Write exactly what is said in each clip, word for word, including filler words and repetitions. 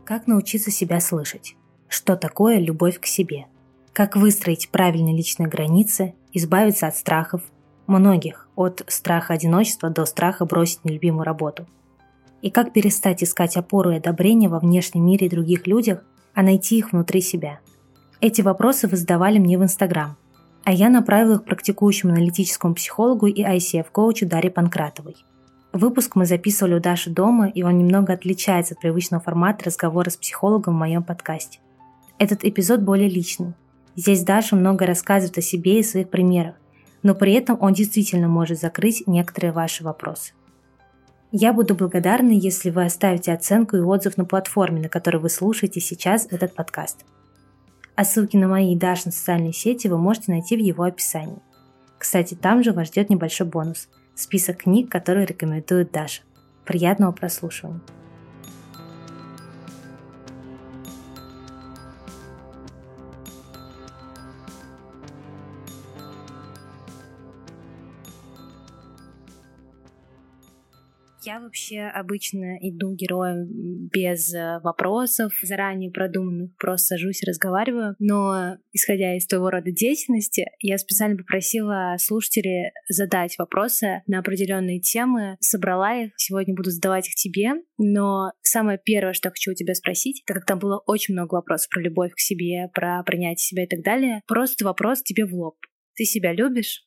Как научиться себя слышать? Что такое любовь к себе? Как выстроить правильные личные границы, избавиться от страхов, многих, от страха одиночества до страха бросить нелюбимую работу? И как перестать искать опору и одобрение во внешнем мире и других людях, а найти их внутри себя? Эти вопросы вы задавали мне в Инстаграм, а я направила их к практикующему аналитическому психологу и ай си эф-коучу Дарье Панкратовой. Выпуск мы записывали у Даши дома, и он немного отличается от привычного формата разговора с психологом в моем подкасте. Этот эпизод более личный. Здесь Даша много рассказывает о себе и своих примерах, но при этом он действительно может закрыть некоторые ваши вопросы. Я буду благодарна, если вы оставите оценку и отзыв на платформе, на которой вы слушаете сейчас этот подкаст. А ссылки на мои и Дашины социальные сети вы можете найти в его описании. Кстати, там же вас ждет небольшой бонус – список книг, которые рекомендует Даша. Приятного прослушивания! Я вообще обычно иду героем без вопросов, заранее продуманных, просто сажусь и разговариваю. Но, исходя из твоего рода деятельности, я специально попросила слушателей задать вопросы на определенные темы, собрала их, сегодня буду задавать их тебе. Но самое первое, что хочу у тебя спросить, так как там было очень много вопросов про любовь к себе, про принятие себя и так далее, просто вопрос тебе в лоб. Ты себя любишь?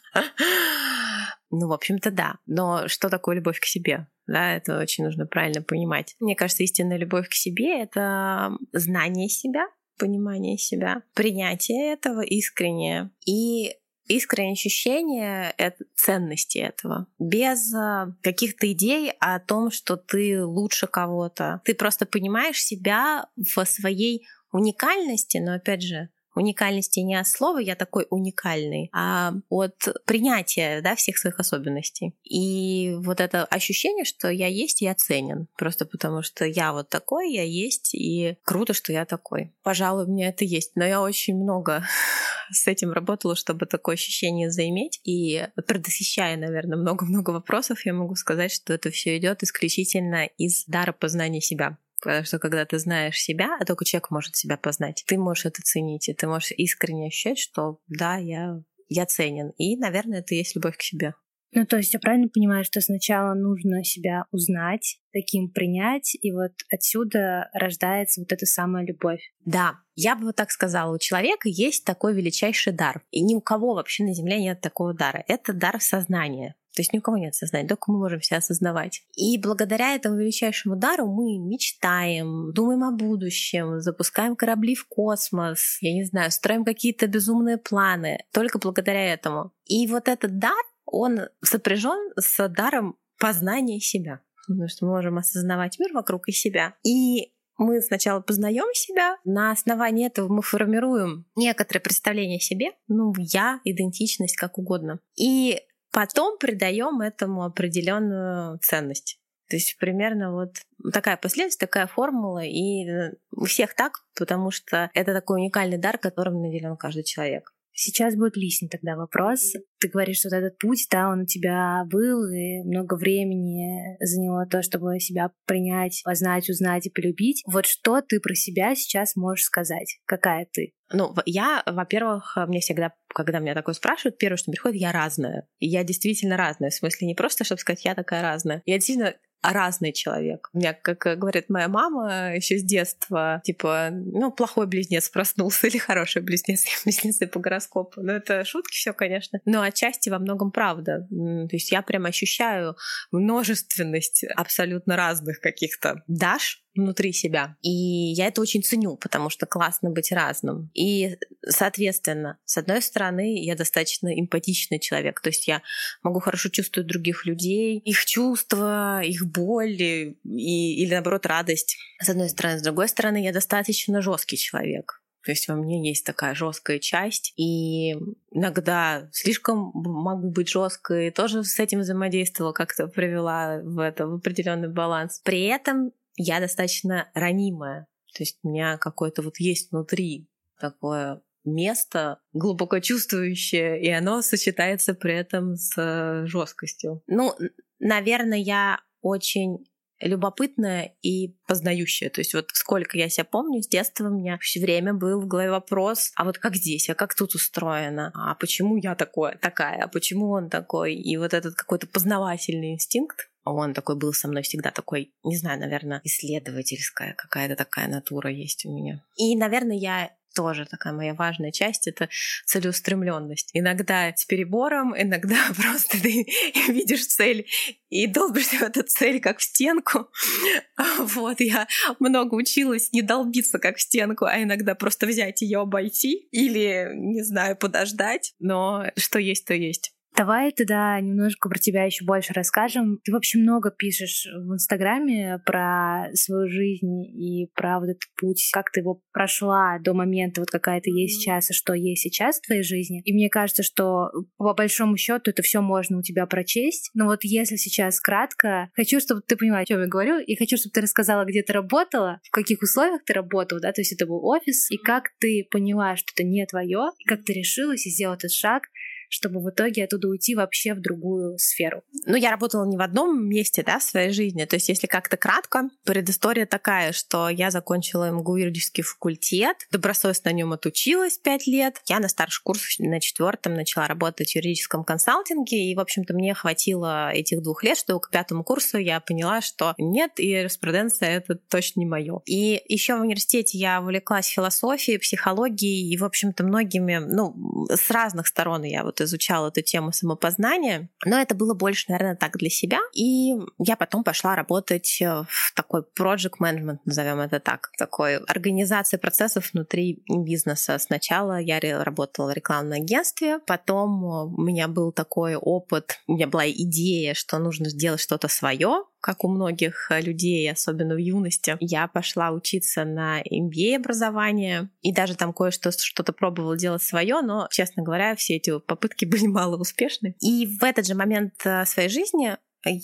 Ну, в общем-то, да. Но что такое любовь к себе? Да, это очень нужно правильно понимать. Мне кажется, истинная любовь к себе — это знание себя, понимание себя, принятие этого искреннее и искреннее ощущение ценности этого. Без каких-то идей о том, что ты лучше кого-то. Ты просто понимаешь себя в своей уникальности, но, опять же, уникальности не от слова «я такой уникальный», а от принятия, да, всех своих особенностей. И вот это ощущение, что я есть, я ценен. Просто потому что я вот такой, я есть, и круто, что я такой. Пожалуй, у меня это есть. Но я очень много с этим работала, чтобы такое ощущение заиметь. И предвосхищая, наверное, много-много вопросов, я могу сказать, что это все идет исключительно из дара познания себя. Потому что когда ты знаешь себя, а только человек может себя познать, ты можешь это ценить, и ты можешь искренне ощущать, что да, я, я ценен. И, наверное, это и есть любовь к себе. Ну, то есть я правильно понимаю, что сначала нужно себя узнать, таким принять, и вот отсюда рождается вот эта самая любовь. Да, я бы вот так сказала, у человека есть такой величайший дар. И ни у кого вообще на Земле нет такого дара. Это дар сознания. То есть ни у кого нет сознания, только мы можем себя осознавать. И благодаря этому величайшему дару мы мечтаем, думаем о будущем, запускаем корабли в космос, я не знаю, строим какие-то безумные планы. Только благодаря этому. И вот этот дар, он сопряжен с даром познания себя. Потому что мы можем осознавать мир вокруг и себя. И мы сначала познаем себя, на основании этого мы формируем некоторое представление о себе, ну, я, идентичность, как угодно. И потом придаем этому определенную ценность. То есть примерно вот такая последовательность, такая формула, и у всех так, потому что это такой уникальный дар, которым наделен каждый человек. Сейчас будет лишний тогда вопрос. Ты говоришь, что вот этот путь, да, он у тебя был, и много времени заняло то, чтобы себя принять, познать, узнать и полюбить. Вот что ты про себя сейчас можешь сказать? Какая ты? Ну, я, во-первых, мне всегда, когда меня такое спрашивают, первое, что приходит, я разная. И я действительно разная. В смысле, не просто, чтобы сказать, я такая разная. Я действительно разный человек. У меня, как говорит моя мама еще с детства, типа, ну, плохой близнец проснулся или хороший близнец, близнецы по гороскопу. Ну, это шутки все, конечно. Но отчасти во многом правда. То есть я прям ощущаю множественность абсолютно разных каких-то Даш внутри себя. И я это очень ценю, потому что классно быть разным. И, соответственно, с одной стороны, я достаточно эмпатичный человек. То есть я могу хорошо чувствовать других людей, их чувства, их боль и, или, наоборот, радость. С одной стороны. С другой стороны, я достаточно жесткий человек. То есть во мне есть такая жесткая часть, и иногда слишком могу быть жесткой, тоже с этим взаимодействовала, как-то привела в это в определенный баланс. При этом я достаточно ранимая. То есть у меня какое-то вот есть внутри такое место глубоко чувствующее, и оно сочетается при этом с жесткостью. Ну, наверное, я очень любопытная и познающая. То есть вот сколько я себя помню, с детства у меня все время был в голове вопрос, а вот как здесь, а как тут устроено, а почему я такое, такая, а почему он такой? И вот этот какой-то познавательный инстинкт, он такой был со мной всегда такой, не знаю, наверное, исследовательская какая-то такая натура есть у меня. И, наверное, я тоже такая моя важная часть — это целеустремленность. Иногда с перебором, иногда просто ты видишь цель и долбишься в эту цель как в стенку. Вот, я много училась не долбиться как в стенку, а иногда просто взять ее, обойти или, не знаю, подождать. Но что есть, то есть. Давай тогда немножко про тебя еще больше расскажем. Ты вообще много пишешь в Инстаграме про свою жизнь и про вот этот путь, как ты его прошла до момента, вот какая ты есть сейчас, и что есть сейчас в твоей жизни. И мне кажется, что по большому счету это все можно у тебя прочесть. Но вот если сейчас кратко, хочу, чтобы ты поняла, о чем я говорю, и хочу, чтобы ты рассказала, где ты работала, в каких условиях ты работала, да, то есть это был офис, и как ты поняла, что это не твое, и как ты решилась и сделала этот шаг, чтобы в итоге оттуда уйти вообще в другую сферу. Ну, я работала не в одном месте, да, в своей жизни. То есть, если как-то кратко, предыстория такая, что я закончила эм гэ у юридический факультет, добросовестно на нем отучилась пять лет. Я на старший курс на четвертом начала работать в юридическом консалтинге, и, в общем-то, мне хватило этих двух лет, что к пятому курсу я поняла, что нет, и юриспруденция — это точно не мое. И еще в университете я увлеклась философией, психологией, и, в общем-то, многими, ну, с разных сторон я вот изучала эту тему самопознания, но это было больше, наверное, так для себя. И я потом пошла работать в такой project management, назовем это так, такой организации процессов внутри бизнеса. Сначала я работала в рекламном агентстве, потом у меня был такой опыт, у меня была идея, что нужно сделать что-то свое, как у многих людей, особенно в юности. Я пошла учиться на эм би эй образование, и даже там кое-что что-то пробовала делать свое, но, честно говоря, все эти попытки были мало успешны. И в этот же момент своей жизни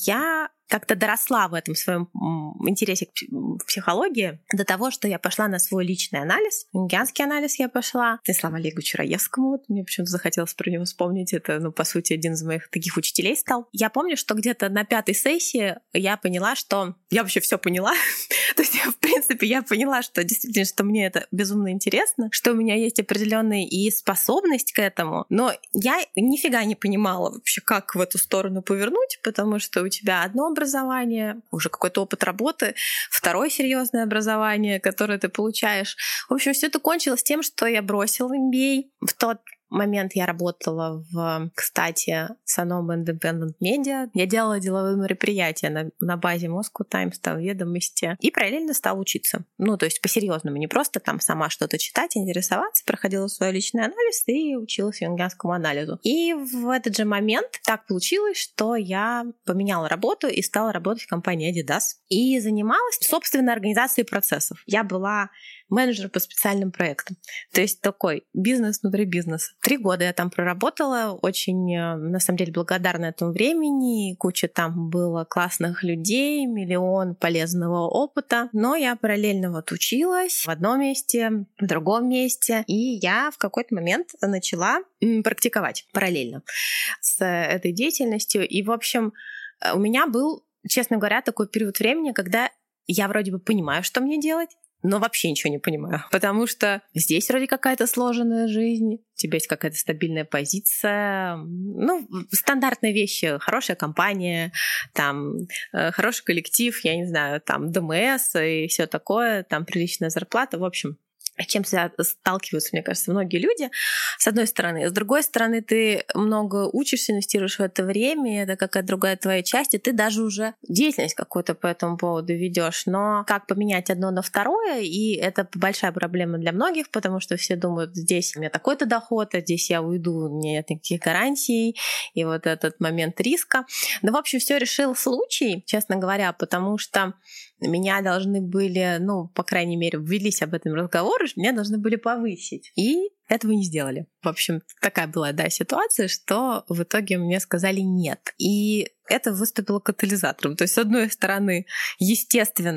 я как-то доросла в этом своем интересе к психологии до того, что я пошла на свой личный анализ. Юнгианский анализ я пошла к Станиславу Олеговичу Раевскому. Вот мне почему-то захотелось про него вспомнить. Это, ну, по сути, один из моих таких учителей стал. Я помню, что где-то на пятой сессии я поняла, что я вообще все поняла. То есть, в принципе, я поняла, что действительно, что мне это безумно интересно, что у меня есть определенная и способность к этому, но я нифига не понимала вообще, как в эту сторону повернуть, потому что у тебя одно образование, уже какой-то опыт работы, второе серьезное образование, которое ты получаешь. В общем, все это кончилось тем, что я бросила эм би эй. В тот момент я работала в, кстати, Sonoma Independent Media. Я делала деловые мероприятия на, на базе Moscow Times, там, Ведомости. И параллельно стала учиться. Ну, то есть по-серьезному, не просто там сама что-то читать, интересоваться. Проходила свой личный анализ и училась юнгианскому анализу. И в этот же момент так получилось, что я поменяла работу и стала работать в компании Adidas. И занималась собственной организацией процессов. Я была менеджер по специальным проектам. То есть такой бизнес внутри бизнеса. Три года я там проработала, очень, на самом деле, благодарна этому времени. Куча там было классных людей, миллион полезного опыта. Но я параллельно вот училась в одном месте, в другом месте. И я в какой-то момент начала практиковать параллельно с этой деятельностью. И, в общем, у меня был, честно говоря, такой период времени, когда я вроде бы понимаю, что мне делать, но вообще ничего не понимаю. Потому что здесь вроде какая-то сложенная жизнь, у тебя есть какая-то стабильная позиция, ну, стандартные вещи, хорошая компания, там, э, хороший коллектив, я не знаю, там, дэ эм эс и все такое, там, приличная зарплата, в общем. С чем сталкиваются, мне кажется, многие люди, с одной стороны. С другой стороны, ты много учишься, инвестируешь в это время, это какая-то другая твоя часть, и ты даже уже деятельность какую-то по этому поводу ведешь. Но как поменять одно на второе, и это большая проблема для многих, потому что все думают, здесь у меня такой-то доход, а здесь я уйду, у меня нет никаких гарантий, и вот этот момент риска. Но, в общем, все решил случай, честно говоря, потому что меня должны были, ну, по крайней мере, ввелись об этом разговор, меня должны были повысить. И этого не сделали. В общем, такая была, да, ситуация, что в итоге мне сказали нет. И это выступило катализатором. То есть, с одной стороны, естественно,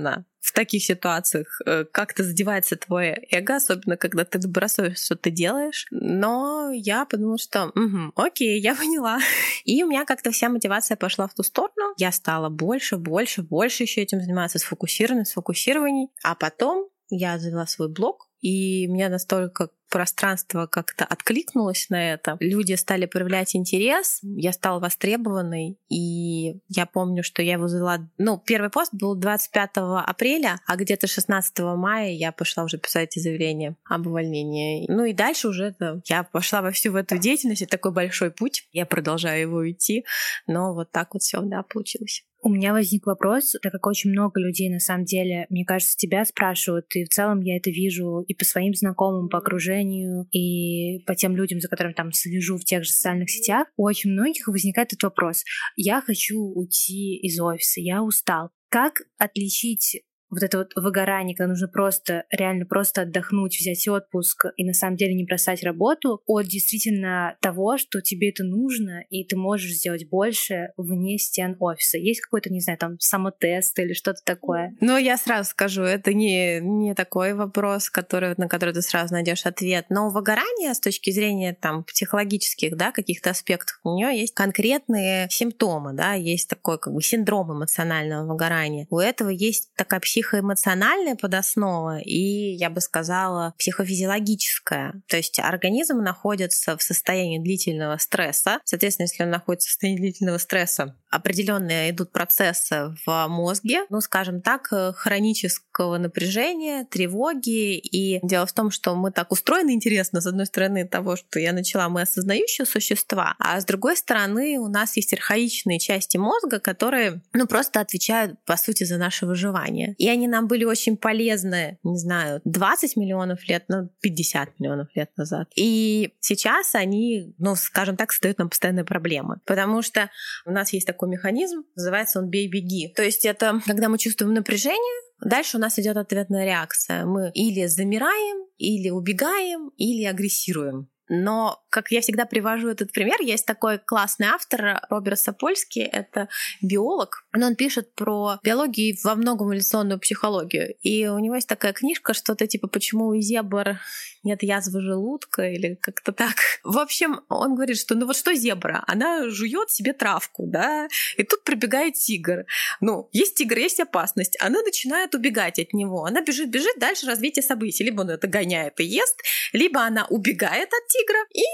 в таких ситуациях как-то задевается твое эго, особенно когда ты добросовестно что-то делаешь. Но я подумала, что угу, окей, я поняла. И у меня как-то вся мотивация пошла в ту сторону. Я стала больше, больше, больше еще этим заниматься, сфокусированно, сфокусированней. А потом я завела свой блог, и меня настолько пространство как-то откликнулось на это. Люди стали проявлять интерес, я стала востребованной, и я помню, что я его завела... Ну, первый пост был двадцать пятого апреля, а где-то шестнадцатого мая я пошла уже писать заявление об увольнении. Ну и дальше уже это... я пошла во всю в эту деятельность, это такой большой путь, я продолжаю его идти, но вот так вот все, да, получилось. У меня возник вопрос, так как очень много людей, на самом деле, мне кажется, тебя спрашивают, и в целом я это вижу и по своим знакомым, по окружению, и по тем людям, за которыми там слежу в тех же социальных сетях. У очень многих возникает этот вопрос. Я хочу уйти из офиса, я устал. Как отличить вот это вот выгорание, когда нужно просто, реально просто отдохнуть, взять отпуск и на самом деле не бросать работу, от действительно того, что тебе это нужно, и ты можешь сделать больше вне стен офиса? Есть какой-то, не знаю, там самотест или что-то такое? Ну, я сразу скажу, это не, не такой вопрос, который, на который ты сразу найдешь ответ. Но выгорание с точки зрения там психологических, да, каких-то аспектов, у нее есть конкретные симптомы, да, есть такой как бы синдром эмоционального выгорания. У этого есть такая психология, психоэмоциональная подоснова и, я бы сказала, психофизиологическая. То есть организм находится в состоянии длительного стресса. Соответственно, если он находится в состоянии длительного стресса, определенные идут процессы в мозге, ну, скажем так, хронического напряжения, тревоги. И дело в том, что мы так устроены, интересно, с одной стороны, того, что я начала, мы осознающие существа, а с другой стороны, у нас есть архаичные части мозга, которые, ну, просто отвечают, по сути, за наше выживание. И они нам были очень полезны, не знаю, двадцать миллионов лет, ну, пятьдесят миллионов лет назад. И сейчас они, ну, скажем так, создают нам постоянные проблемы. Потому что у нас есть такой механизм, называется он «бей-беги». То есть это когда мы чувствуем напряжение, дальше у нас идет ответная реакция. Мы или замираем, или убегаем, или агрессируем. Но, как я всегда привожу этот пример, есть такой классный автор Роберт Сапольский, это биолог, но он пишет про биологию и во многом эволюционную психологию. И у него есть такая книжка, что-то типа «Почему у зебр нет язвы желудка» или как-то так. В общем, он говорит, что ну вот что зебра? Она жует себе травку, да, и тут пробегает тигр. Ну, есть тигр, есть опасность. Она начинает убегать от него. Она бежит, бежит, дальше развитие событий. Либо он это гоняет и ест, либо она убегает от тигра. И,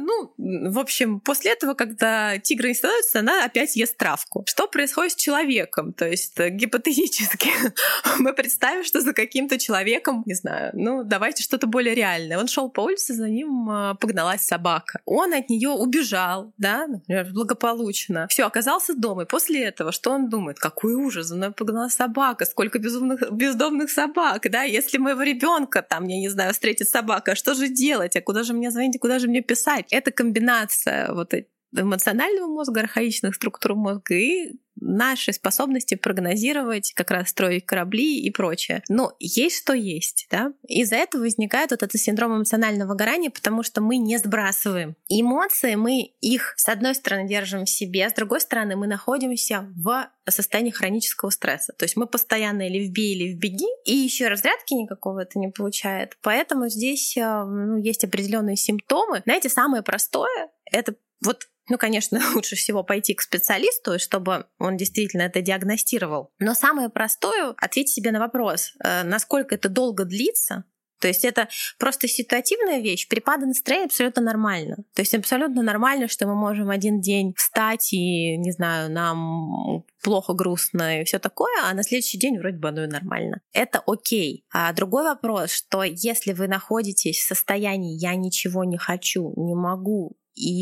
ну, в общем, после этого, когда тигра не становится, она опять ест травку. Что происходит с человеком? То есть гипотетически мы представим, что за каким-то человеком, не знаю, ну, давайте что-то более реальное. Он шел по улице, за ним погналась собака. Он от нее убежал, да, например, благополучно. Все, оказался дома. И после этого что он думает? Какой ужас, за мной погналась собака, сколько безумных, бездомных собак, да, если моего ребенка там, я не знаю, встретит собака, что же делать? А куда же мне звонить? Куда же мне писать? Это комбинация вот эмоционального мозга, архаичных структур мозга и нашей способности прогнозировать, как раз строить корабли и прочее. Но есть что есть, да? Из-за этого возникает вот этот синдром эмоционального выгорания, потому что мы не сбрасываем эмоции, мы их, с одной стороны, держим в себе, с другой стороны, мы находимся в состоянии хронического стресса. То есть мы постоянно или в бей, или в беги, и еще разрядки никакого это не получает. Поэтому здесь ну, есть определенные симптомы. Знаете, самое простое — это вот ну, конечно, лучше всего пойти к специалисту, чтобы он действительно это диагностировал. Но самое простое — ответить себе на вопрос, насколько это долго длится. То есть это просто ситуативная вещь. Перепады настроения абсолютно нормально. То есть абсолютно нормально, что мы можем один день встать и, не знаю, нам плохо, грустно и все такое, а на следующий день вроде бы оно и нормально. Это окей. А другой вопрос, что если вы находитесь в состоянии «я ничего не хочу, не могу»,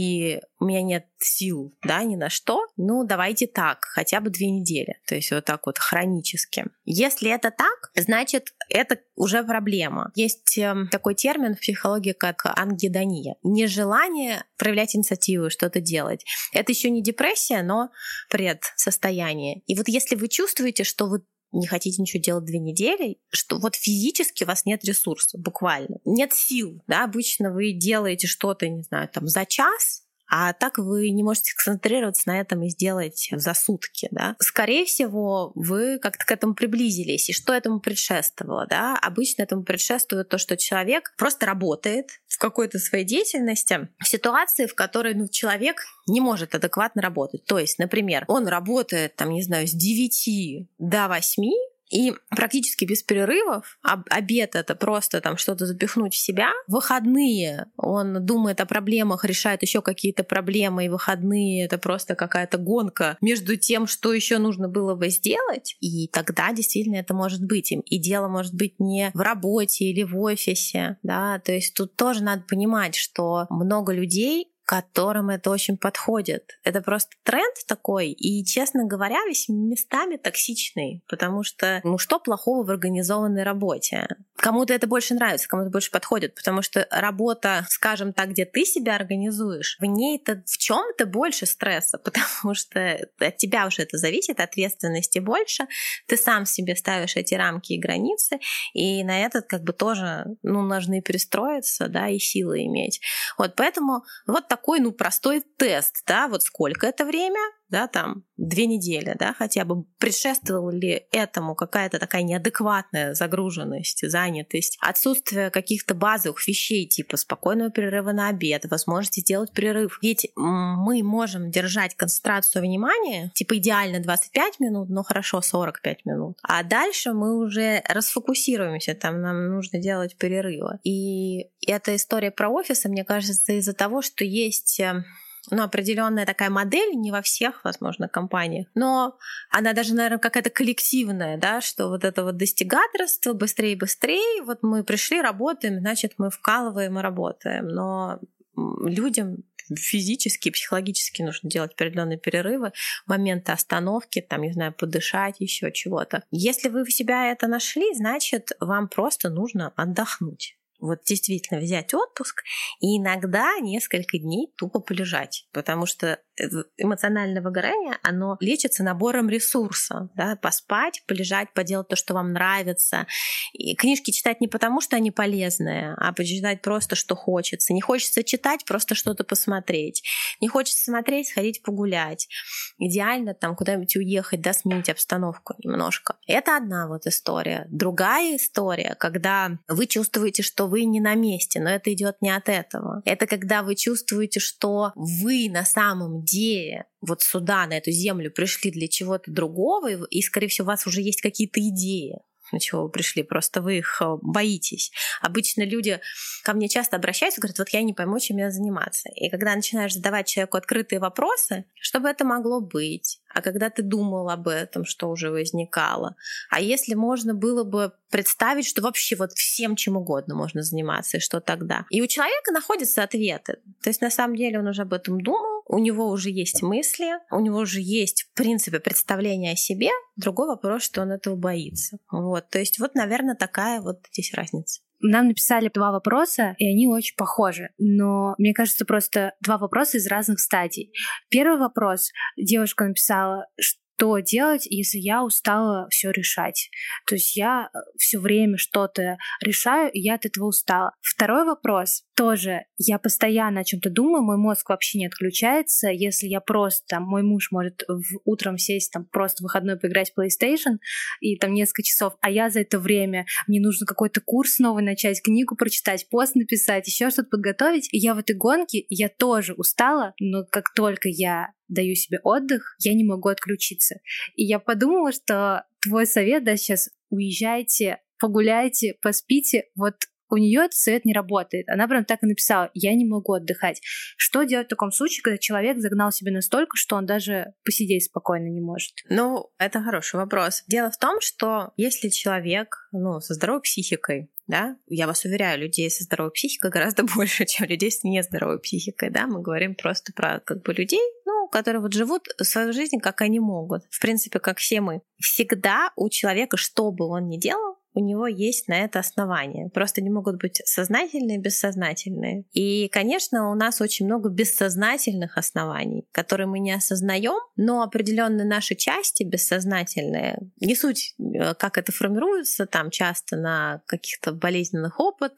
и у меня нет сил, да, ни на что, ну, давайте так, хотя бы две недели. То есть вот так вот хронически. Если это так, значит, это уже проблема. Есть э, такой термин в психологии, как ангидония. Нежелание проявлять инициативу, что-то делать. Это еще не депрессия, но предсостояние. И вот если вы чувствуете, что вы не хотите ничего делать две недели, что вот физически у вас нет ресурса, буквально. Нет сил, да, обычно вы делаете что-то, не знаю, там за час, А так вы не можете сконцентрироваться на этом и сделать за сутки, да. Скорее всего, вы как-то к этому приблизились. И что этому предшествовало, да? Обычно этому предшествует то, что человек просто работает в какой-то своей деятельности в ситуации, в которой ну, человек не может адекватно работать. То есть, например, он работает, там, не знаю, с девяти до восьми, и практически без перерывов. Обед — это просто там что-то запихнуть в себя. Выходные он думает о проблемах, решает еще какие-то проблемы, и выходные — это просто какая-то гонка между тем, что еще нужно было бы сделать. И тогда действительно это может быть им. И дело может быть не в работе или в офисе. Да? То есть тут тоже надо понимать, что много людей, которым это очень подходит. Это просто тренд такой, и, честно говоря, весь местами токсичный, потому что, ну что плохого в организованной работе? Кому-то это больше нравится, кому-то больше подходит, потому что работа, скажем так, где ты себя организуешь, в ней-то в чем-то больше стресса, потому что от тебя уже это зависит, ответственности больше, ты сам себе ставишь эти рамки и границы, и на этот как бы тоже, ну, нужно перестроиться, да, и силы иметь. Вот поэтому вот такой, ну, простой тест, да, вот сколько это время, да, там, две недели, да, хотя бы предшествовала ли этому какая-то такая неадекватная загруженность, занятость, отсутствие каких-то базовых вещей, типа спокойного перерыва на обед, возможности сделать перерыв. Ведь мы можем держать концентрацию внимания, типа идеально двадцать пять минут, но хорошо сорок пять минут. А дальше мы уже расфокусируемся, там нам нужно делать перерывы. И эта история про офисы, мне кажется, из-за того, что есть... ну, определенная такая модель, не во всех, возможно, компаниях, но она даже, наверное, какая-то коллективная, да, что вот это вот достигаторство, быстрее, быстрее, вот мы пришли, работаем, значит, мы вкалываем и работаем, но людям физически и психологически нужно делать определенные перерывы, моменты остановки, там, не знаю, подышать, еще чего-то. Если вы в себя это нашли, значит, вам просто нужно отдохнуть. Вот действительно взять отпуск и иногда несколько дней тупо полежать, потому что эмоциональное выгорание, оно лечится набором ресурса, да, поспать, полежать, поделать то, что вам нравится. И книжки читать не потому, что они полезные, а почитать просто, что хочется. Не хочется читать, просто что-то посмотреть. Не хочется смотреть, сходить погулять. Идеально там куда-нибудь уехать, да, сменить обстановку немножко. Это одна вот история. Другая история, когда вы чувствуете, что вы не на месте, но это идет не от этого. Это когда вы чувствуете, что вы на самом деле вот сюда, на эту землю пришли для чего-то другого, и, скорее всего, у вас уже есть какие-то идеи, на чего вы пришли, просто вы их боитесь. Обычно люди ко мне часто обращаются, говорят, вот я не пойму, чем мне заниматься. И когда начинаешь задавать человеку открытые вопросы, что бы это могло быть, а когда ты думал об этом, что уже возникало, а если можно было бы представить, что вообще вот всем чем угодно можно заниматься, и что тогда? И у человека находятся ответы. То есть на самом деле он уже об этом думал, у него уже есть мысли, у него уже есть, в принципе, представление о себе. Другой вопрос, что он этого боится. Вот. То есть вот, наверное, такая вот здесь разница. Нам написали два вопроса, и они очень похожи. Но мне кажется, просто два вопроса из разных стадий. Первый вопрос. Девушка написала, что делать, если я устала все решать. То есть я все время что-то решаю, и я от этого устала. Второй вопрос. Тоже я постоянно о чем-то думаю, мой мозг вообще не отключается. Если я просто, там, мой муж может в, утром сесть, там, просто в выходной поиграть в PlayStation и там несколько часов, а я за это время, мне нужно какой-то курс новый начать, книгу прочитать, пост написать, еще что-то подготовить. И я в этой гонке, я тоже устала, но как только я даю себе отдых, я не могу отключиться. И я подумала, что твой совет, да, сейчас уезжайте, погуляйте, поспите, вот у нее этот совет не работает. Она прям так и написала: я не могу отдыхать. Что делать в таком случае, когда человек загнал себя настолько, что он даже посидеть спокойно не может? Ну, это хороший вопрос. Дело в том, что если человек, ну, со здоровой психикой, да, я вас уверяю, людей со здоровой психикой гораздо больше, чем людей с нездоровой психикой, да, мы говорим просто про как бы людей, ну, которые вот живут свою жизнь, как они могут, в принципе, как все мы. Всегда у человека, что бы он ни делал, у него есть на это основания. Просто не могут быть сознательные и бессознательные. И, конечно, у нас очень много бессознательных оснований, которые мы не осознаем, но определенные наши части бессознательные, не суть, как это формируется, там часто на каких-то болезненных опытах,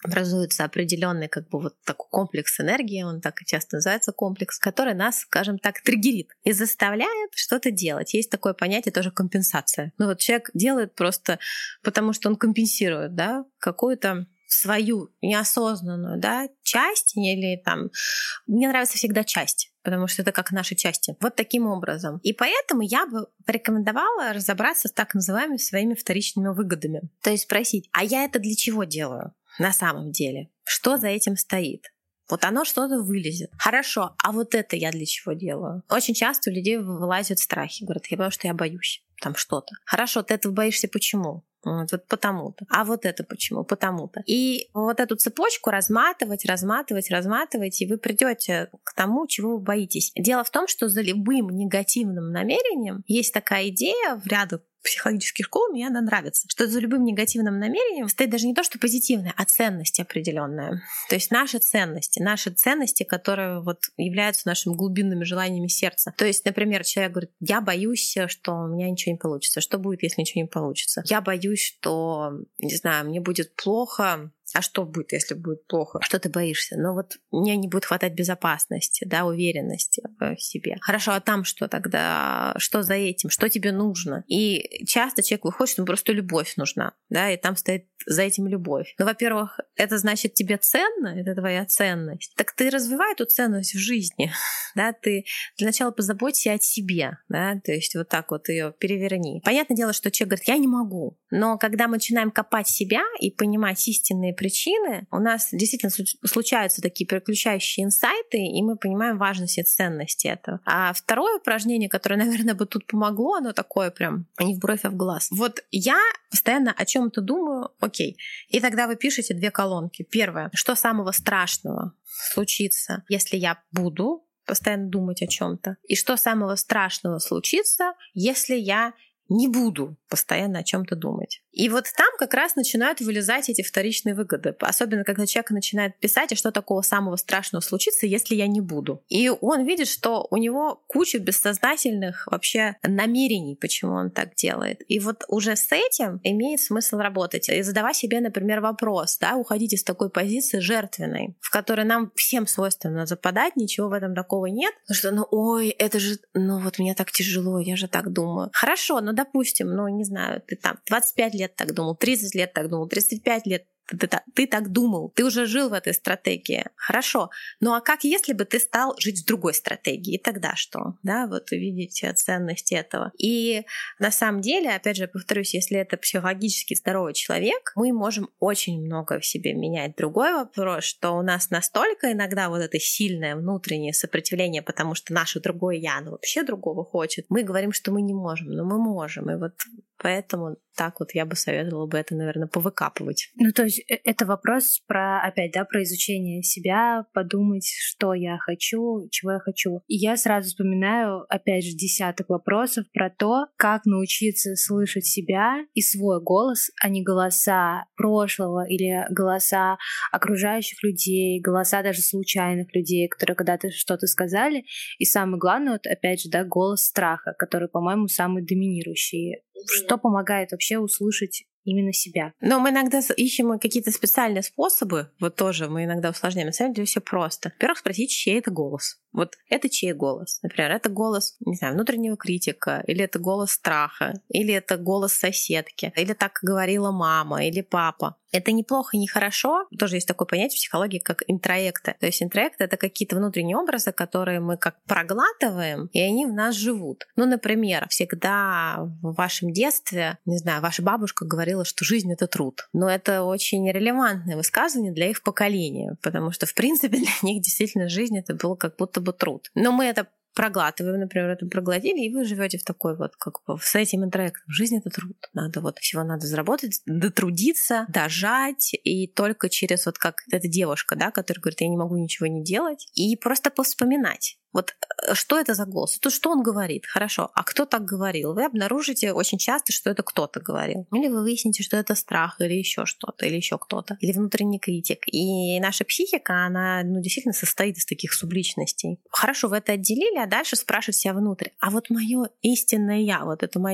образуется определенный как бы вот такой комплекс энергии, он так и часто называется комплекс, который нас, скажем так, триггерит и заставляет что-то делать. Есть такое понятие тоже компенсация. Ну вот человек делает просто потому, что он компенсирует, да, какую-то свою неосознанную, да, часть или там... Мне нравится всегда часть, потому что это как наши части. Вот таким образом. И поэтому я бы порекомендовала разобраться с так называемыми своими вторичными выгодами. То есть спросить, а я это для чего делаю на самом деле? Что за этим стоит? Вот оно что-то вылезет. Хорошо, а вот это я для чего делаю? Очень часто у людей вылазят страхи. Говорят, я потому что я боюсь там что-то. Хорошо, ты этого боишься почему? Вот, вот потому-то. А вот это почему? Потому-то. И вот эту цепочку разматывать, разматывать, разматывать, и вы придете к тому, чего вы боитесь. Дело в том, что за любым негативным намерением есть такая идея в ряду психологических школ, мне она нравится, что за любым негативным намерением стоит даже не то, что позитивное, а ценность определенная. То есть наши ценности, наши ценности, которые вот являются нашими глубинными желаниями сердца. То есть, например, человек говорит, я боюсь, что у меня ничего не получится. Что будет, если ничего не получится? Я боюсь, что, не знаю, мне будет плохо. А что будет, если будет плохо? Что ты боишься? Ну вот мне не будет хватать безопасности, да, уверенности в себе. Хорошо, а там что тогда? Что за этим? Что тебе нужно? И часто человек выходит, что ему просто любовь нужна, да, и там стоит за этим любовь. Ну, во-первых, это значит, тебе ценно, это твоя ценность. Так ты развивай эту ценность в жизни, да, ты для начала позаботься о себе, да, то есть вот так вот ее переверни. Понятное дело, что человек говорит, я не могу, но когда мы начинаем копать себя и понимать истинные причины, у нас действительно случаются такие переключающие инсайты, и мы понимаем важность и ценность этого. А второе упражнение, которое, наверное, бы тут помогло, оно такое прям не в бровь, а в глаз. Вот я постоянно о чем-то думаю, окей. И тогда вы пишете две колонки. Первое, что самого страшного случится, если я буду постоянно думать о чем-то, и что самого страшного случится, если я не буду постоянно о чем-то думать. И вот там как раз начинают вылезать эти вторичные выгоды. Особенно, когда человек начинает писать, а что такого самого страшного случится, если я не буду. И он видит, что у него куча бессознательных вообще намерений, почему он так делает. И вот уже с этим имеет смысл работать. И задавать себе, например, вопрос, да, уходить из такой позиции жертвенной, в которой нам всем свойственно западать, ничего в этом такого нет. Потому что, ну, ой, это же, ну вот мне так тяжело, я же так думаю. Хорошо, но допустим, ну, не знаю, ты там двадцать пять лет так думал, тридцать лет так думал, тридцать пять лет ты, ты, ты так думал, ты уже жил в этой стратегии. Хорошо. Ну а как если бы ты стал жить в другой стратегии? И тогда что? Да, вот увидите ценность этого. И на самом деле, опять же, повторюсь, если это психологически здоровый человек, мы можем очень много в себе менять. Другой вопрос, что у нас настолько иногда вот это сильное внутреннее сопротивление, потому что наше другое я, оно вообще другого хочет. Мы говорим, что мы не можем, но мы можем. И вот поэтому так вот я бы советовала бы это, наверное, повыкапывать. Ну, то есть это вопрос про, опять, да, про изучение себя, подумать, что я хочу, чего я хочу. И я сразу вспоминаю, опять же, десяток вопросов про то, как научиться слышать себя и свой голос, а не голоса прошлого или голоса окружающих людей, голоса даже случайных людей, которые когда-то что-то сказали. И самое главное, вот, опять же, да, голос страха, который, по-моему, самый доминирующий. Что помогает вообще услышать именно себя. Но мы иногда ищем какие-то специальные способы, вот тоже мы иногда усложняем. На самом деле все просто. Во-первых, спросить, чей это голос. Вот это чей голос? Например, это голос, не знаю, внутреннего критика, или это голос страха, или это голос соседки, или так говорила мама, или папа. Это неплохо и не хорошо. Тоже есть такое понятие в психологии, как интроекты. То есть интроекты — это какие-то внутренние образы, которые мы как проглатываем, и они в нас живут. Ну, например, всегда в вашем детстве, не знаю, ваша бабушка говорила, что жизнь — это труд. Но это очень релевантное высказывание для их поколения, потому что, в принципе, для них действительно жизнь — это было как будто бы труд. Но мы это проглатываем, например, это проглотили, и вы живете в такой вот, как бы, с этим интроектом. Жизнь — это труд. Надо вот всего надо заработать, дотрудиться, дожать, и только через вот как эта девушка, да, которая говорит, я не могу ничего не делать, и просто повспоминать. Вот что это за голос? Это что он говорит? Хорошо. А кто так говорил? Вы обнаружите очень часто, что это кто-то говорил. Или вы выясните, что это страх, или еще что-то, или еще кто-то, или внутренний критик. И наша психика, она, ну, действительно состоит из таких субличностей. Хорошо, вы это отделили, а дальше спрашивать себя внутрь. А вот мое истинное я, вот это мое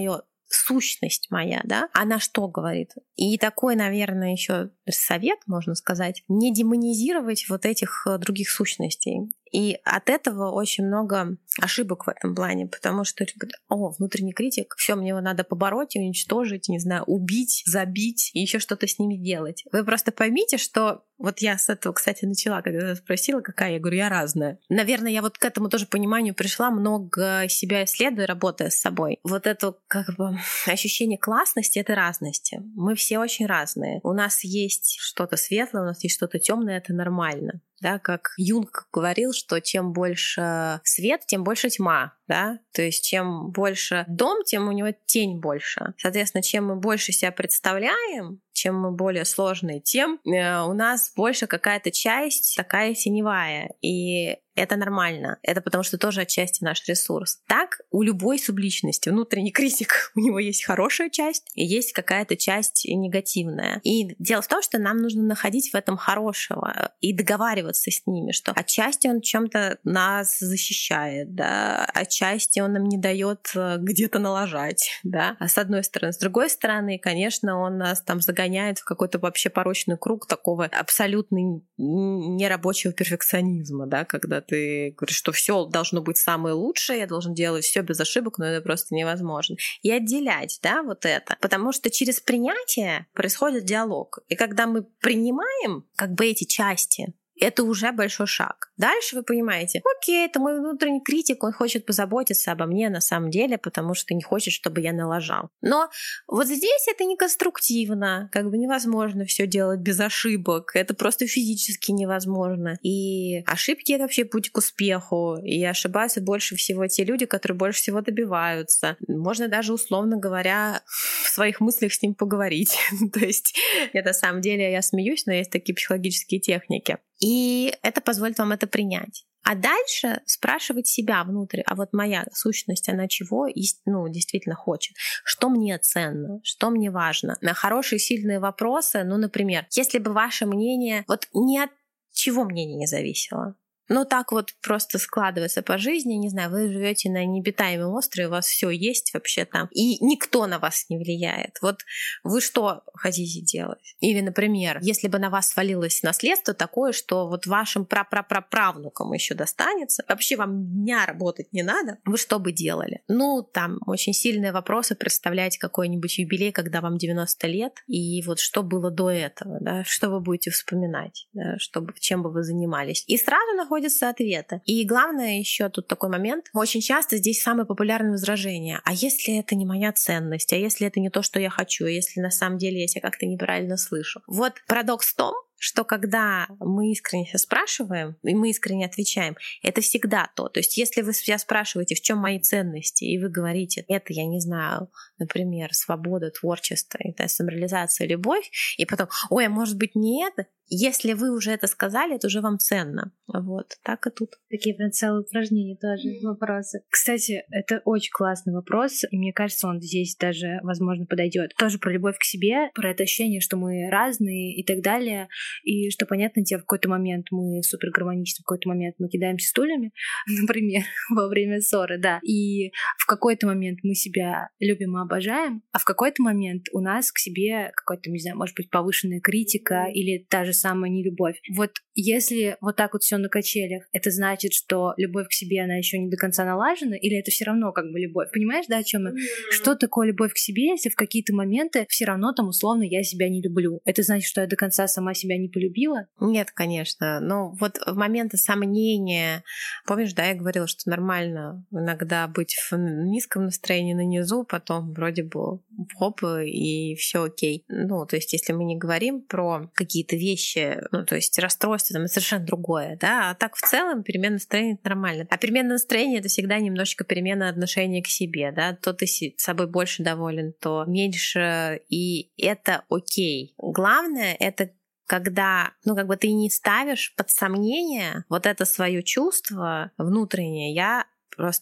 сущность моя, да, она что говорит? И такой, наверное, еще совет, можно сказать, не демонизировать вот этих других сущностей. И от этого очень много ошибок в этом плане, потому что о, внутренний критик, все, мне его надо побороть, уничтожить, не знаю, убить, забить и еще что-то с ними делать. Вы просто поймите, что вот я с этого, кстати, начала, когда спросила, какая, я говорю, я разная. Наверное, я вот к этому тоже пониманию пришла, много себя исследуя, работая с собой. Вот это как бы ощущение классности — это разности. Мы все очень разные. У нас есть что-то светлое, у нас есть что-то темное, это нормально. Да, как Юнг говорил, что чем больше свет, тем больше тьма, да, то есть чем больше дом, тем у него тень больше. Соответственно, чем мы больше себя представляем, чем мы более сложные, тем э, у нас больше какая-то часть такая теневая, и это нормально. Это потому что тоже отчасти наш ресурс. Так у любой субличности, внутренний критик, у него есть хорошая часть и есть какая-то часть негативная. И дело в том, что нам нужно находить в этом хорошего и договариваться с ними, что отчасти он чем-то нас защищает, да, отчасти он нам не дает где-то налажать, да, а с одной стороны. С другой стороны, конечно, он нас там загоняет в какой-то вообще порочный круг такого абсолютно нерабочего перфекционизма, да, когда ты говоришь, что все должно быть самое лучшее, я должен делать все без ошибок, но это просто невозможно. И отделять, да, вот это. Потому что через принятие происходит диалог. И когда мы принимаем как бы эти части, это уже большой шаг. Дальше вы понимаете, окей, это мой внутренний критик, он хочет позаботиться обо мне на самом деле, потому что не хочет, чтобы я налажал. Но вот здесь это не конструктивно, как бы невозможно все делать без ошибок, это просто физически невозможно. И ошибки — это вообще путь к успеху, и ошибаются больше всего те люди, которые больше всего добиваются. Можно даже, условно говоря, в своих мыслях с ним поговорить. То есть это на самом деле, я смеюсь, но есть такие психологические техники. И это позволит вам это принять. А дальше спрашивать себя внутрь, а вот моя сущность, она чего, ну, действительно хочет? Что мне ценно? Что мне важно? На хорошие, сильные вопросы, ну, например, если бы ваше мнение, вот ни от чего мнение не зависело, ну, так вот просто складывается по жизни, не знаю, вы живете на необитаемом острове, у вас все есть вообще там, и никто на вас не влияет. Вот вы что хотите делать? Или, например, если бы на вас свалилось наследство такое, что вот вашим прапрапраправнукам еще достанется, вообще вам дня работать не надо, вы что бы делали? Ну, там очень сильные вопросы, представлять какой-нибудь юбилей, когда вам девяносто лет, и вот что было до этого, да, что вы будете вспоминать, да, чтобы, чем бы вы занимались. И сразу находится ответы. И главное еще тут такой момент. Очень часто здесь самое популярное возражение. А если это не моя ценность? А если это не то, что я хочу? А если на самом деле я себя как-то неправильно слышу? Вот парадокс в том, что когда мы искренне себя спрашиваем, и мы искренне отвечаем, это всегда то. То есть если вы себя спрашиваете, в чем мои ценности, и вы говорите, это, я не знаю, например, свобода, творчество, это самореализация, любовь, и потом, ой, а может быть не это? Если вы уже это сказали, это уже вам ценно. Вот, так и тут. Такие прям целые упражнения тоже, вопросы. Кстати, это очень классный вопрос, и мне кажется, он здесь даже, возможно, подойдет. Тоже про любовь к себе, про это ощущение, что мы разные и так далее, и что, понятно, тебе в какой-то момент мы супер гармоничны, в какой-то момент мы кидаемся стульями, например, во время ссоры, да, и в какой-то момент мы себя любим и обожаем, а в какой-то момент у нас к себе какой-то, не знаю, может быть, повышенная критика или та же самая нелюбовь. Вот если вот так вот все на качелях, это значит, что любовь к себе, она еще не до конца налажена, или это все равно как бы любовь? Понимаешь, да, о чем я? Mm. Что такое любовь к себе, если в какие-то моменты все равно там условно я себя не люблю? Это значит, что я до конца сама себя не полюбила? Нет, конечно. Но вот в моменты сомнения, помнишь, да, я говорила, что нормально иногда быть в низком настроении на низу, потом вроде бы хоп, и все окей. Ну, то есть, если мы не говорим про какие-то вещи, ну, то есть расстройство, там, это совершенно другое, да, а так в целом перемена настроения — это нормально. А перемена настроения — это всегда немножечко перемена отношения к себе, да, то ты с собой больше доволен, то меньше, и это окей. Главное — это когда, ну, как бы ты не ставишь под сомнение вот это свое чувство внутреннее. Я просто вот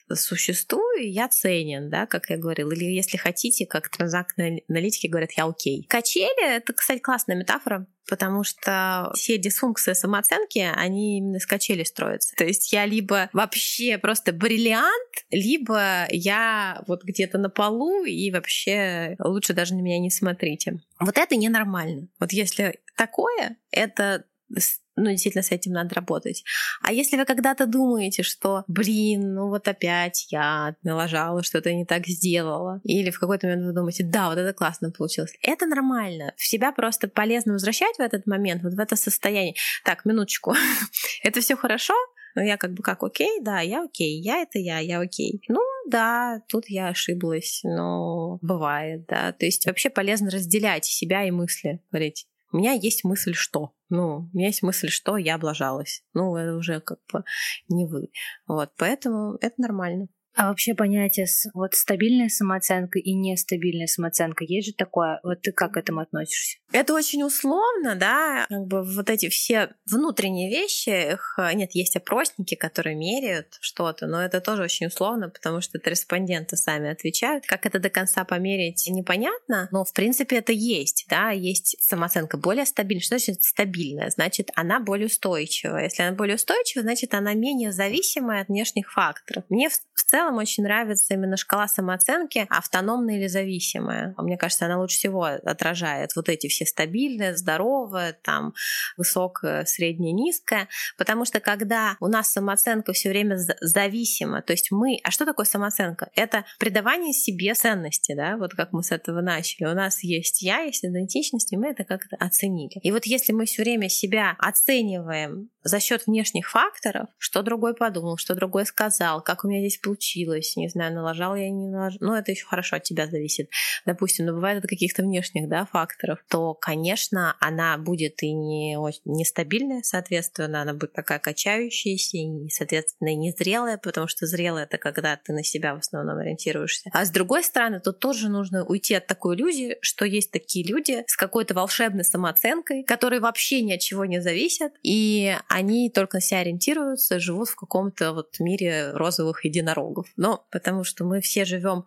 существую, и я ценен, да, как я говорила. Или если хотите, как транзактные аналитики говорят, я окей. Качели — это, кстати, классная метафора, потому что все дисфункции самооценки, они именно с качели строятся. То есть я либо вообще просто бриллиант, либо я вот где-то на полу, и вообще лучше даже на меня не смотрите. Вот это ненормально. Вот если такое, это... ну, действительно, с этим надо работать. А если вы когда-то думаете, что, блин, ну вот опять я налажала, что-то не так сделала, или в какой-то момент вы думаете, да, вот это классно получилось, это нормально. В себя просто полезно возвращать в этот момент, вот в это состояние. Так, минуточку, это все хорошо? Ну, я как бы как окей, да, я окей, я это я, я окей. Ну, да, тут я ошиблась, но бывает, да. То есть вообще полезно разделять себя и мысли, говорить. У меня есть мысль, что. Ну, у меня есть мысль, что я облажалась. Ну, это уже как бы не вы. Вот, поэтому это нормально. А вообще понятие с, вот стабильная самооценка и нестабильная самооценка, есть же такое? Вот ты как к этому относишься? Это очень условно, да, как бы вот эти все внутренние вещи, их, нет, есть опросники, которые меряют что-то, но это тоже очень условно, потому что это респонденты сами отвечают. Как это до конца померить, непонятно, но в принципе это есть, да, есть самооценка более стабильная. Что значит стабильная? Значит, она более устойчивая. Если она более устойчивая, значит, она менее зависимая от внешних факторов. Мне в целом очень нравится именно шкала самооценки автономная или зависимая. Мне кажется, она лучше всего отражает вот эти все стабильные, здоровые, там, высокая, средняя, низкая. Потому что когда у нас самооценка все время зависима, то есть мы... А что такое самооценка? Это придавание себе ценности, да, вот как мы с этого начали. У нас есть я, есть идентичность, и мы это как-то оценили. И вот если мы все время себя оцениваем за счет внешних факторов, что другой подумал, что другой сказал, как у меня здесь получилось, не знаю, налажал я, не налажал, ну, это еще хорошо от тебя зависит, допустим, но бывает от каких-то внешних, да, факторов, то, конечно, она будет и не очень нестабильная, соответственно, она будет такая качающаяся, и, соответственно, и незрелая, потому что зрелая — это когда ты на себя в основном ориентируешься. А с другой стороны, тут тоже нужно уйти от такой иллюзии, что есть такие люди с какой-то волшебной самооценкой, которые вообще ни от чего не зависят, и они только на себя ориентируются, живут в каком-то вот мире розовых единорогов. Но потому что мы все живем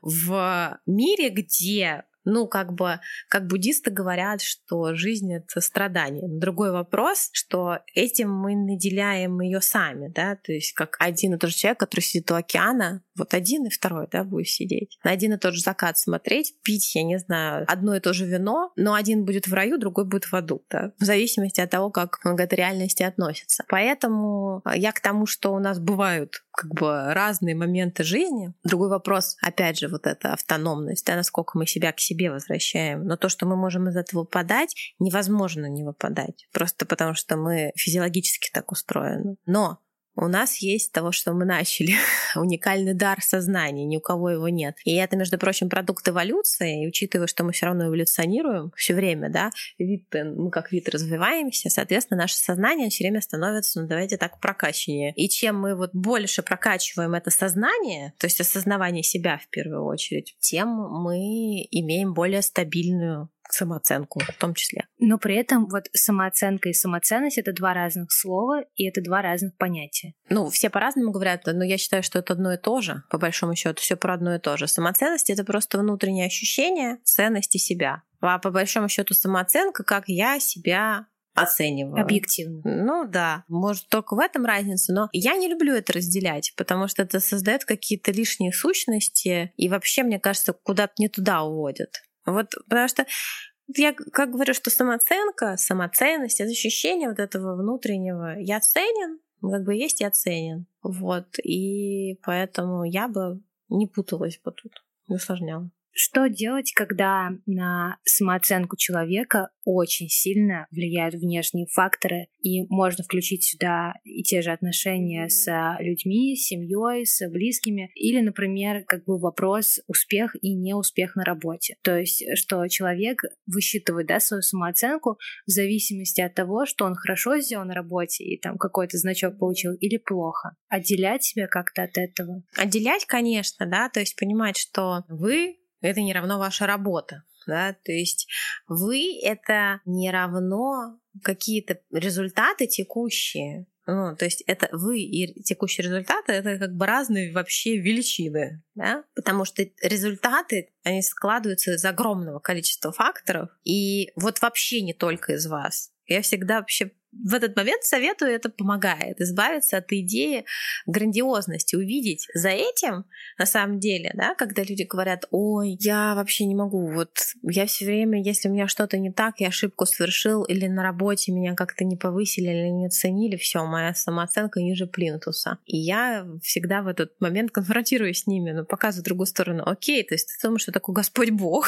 в мире, где, ну, как бы, как буддисты говорят, что жизнь — это страдание. Другой вопрос, что этим мы наделяем ее сами, да, то есть как один и тот же человек, который сидит у океана, вот один и второй, да, будет сидеть, на один и тот же закат смотреть, пить, я не знаю, одно и то же вино, но один будет в раю, другой будет в аду, да, в зависимости от того, как он к этой реальности относится. Поэтому я к тому, что у нас бывают как бы разные моменты жизни. Другой вопрос, опять же, вот эта автономность, да, насколько мы себя к себе возвращаем. Но то, что мы можем из этого выпадать, невозможно не выпадать. Просто потому, что мы физиологически так устроены. Но у нас есть того, что мы начали, уникальный дар сознания, ни у кого его нет. И это, между прочим, продукт эволюции, и учитывая, что мы все равно эволюционируем все время, да, вид, мы как вид развиваемся, соответственно, наше сознание все время становится, ну, давайте так, прокачаннее. И чем мы вот больше прокачиваем это сознание, то есть осознавание себя в первую очередь, тем мы имеем более стабильную самооценку в том числе. Но при этом вот самооценка и самоценность — это два разных слова, и это два разных понятия. Ну, все по-разному говорят, но я считаю, что это одно и то же, по большому счету, все про одно и то же. Самоценность — это просто внутреннее ощущение ценности себя. А по большому счету самооценка, как я себя оцениваю. Объективно. Ну да, может только в этом разница, но я не люблю это разделять, потому что это создает какие-то лишние сущности и вообще, мне кажется, куда-то не туда уводит. Вот, потому что я как говорю, что самооценка, самоценность, это ощущение вот этого внутреннего «я ценен», как бы есть «я ценен». Вот, и поэтому я бы не путалась бы тут, не усложняла. Что делать, когда на самооценку человека очень сильно влияют внешние факторы, и можно включить сюда и те же отношения с людьми, с семьей, с близкими, или, например, как бы вопрос успех и неуспех на работе. То есть, что человек высчитывает, да, свою самооценку в зависимости от того, что он хорошо сделал на работе и там какой-то значок получил, или плохо. Отделять себя как-то от этого? Отделять, конечно, да, то есть понимать, что вы — это не равно ваша работа. Да? То есть вы — это не равно какие-то результаты текущие. Ну, то есть это вы и текущие результаты — это как бы разные вообще величины, да? Потому что результаты, они складываются из огромного количества факторов, и вот вообще не только из вас. Я всегда вообще в этот момент советую, это помогает избавиться от идеи грандиозности, увидеть за этим, на самом деле, да, когда люди говорят: ой, я вообще не могу, вот я все время, если у меня что-то не так, я ошибку совершил, или на работе меня как-то не повысили или не оценили, все, моя самооценка ниже плинтуса. И я всегда в этот момент конфронтируюсь с ними, но показываю другую сторону. Окей, то есть ты думаешь, что такой Господь Бог,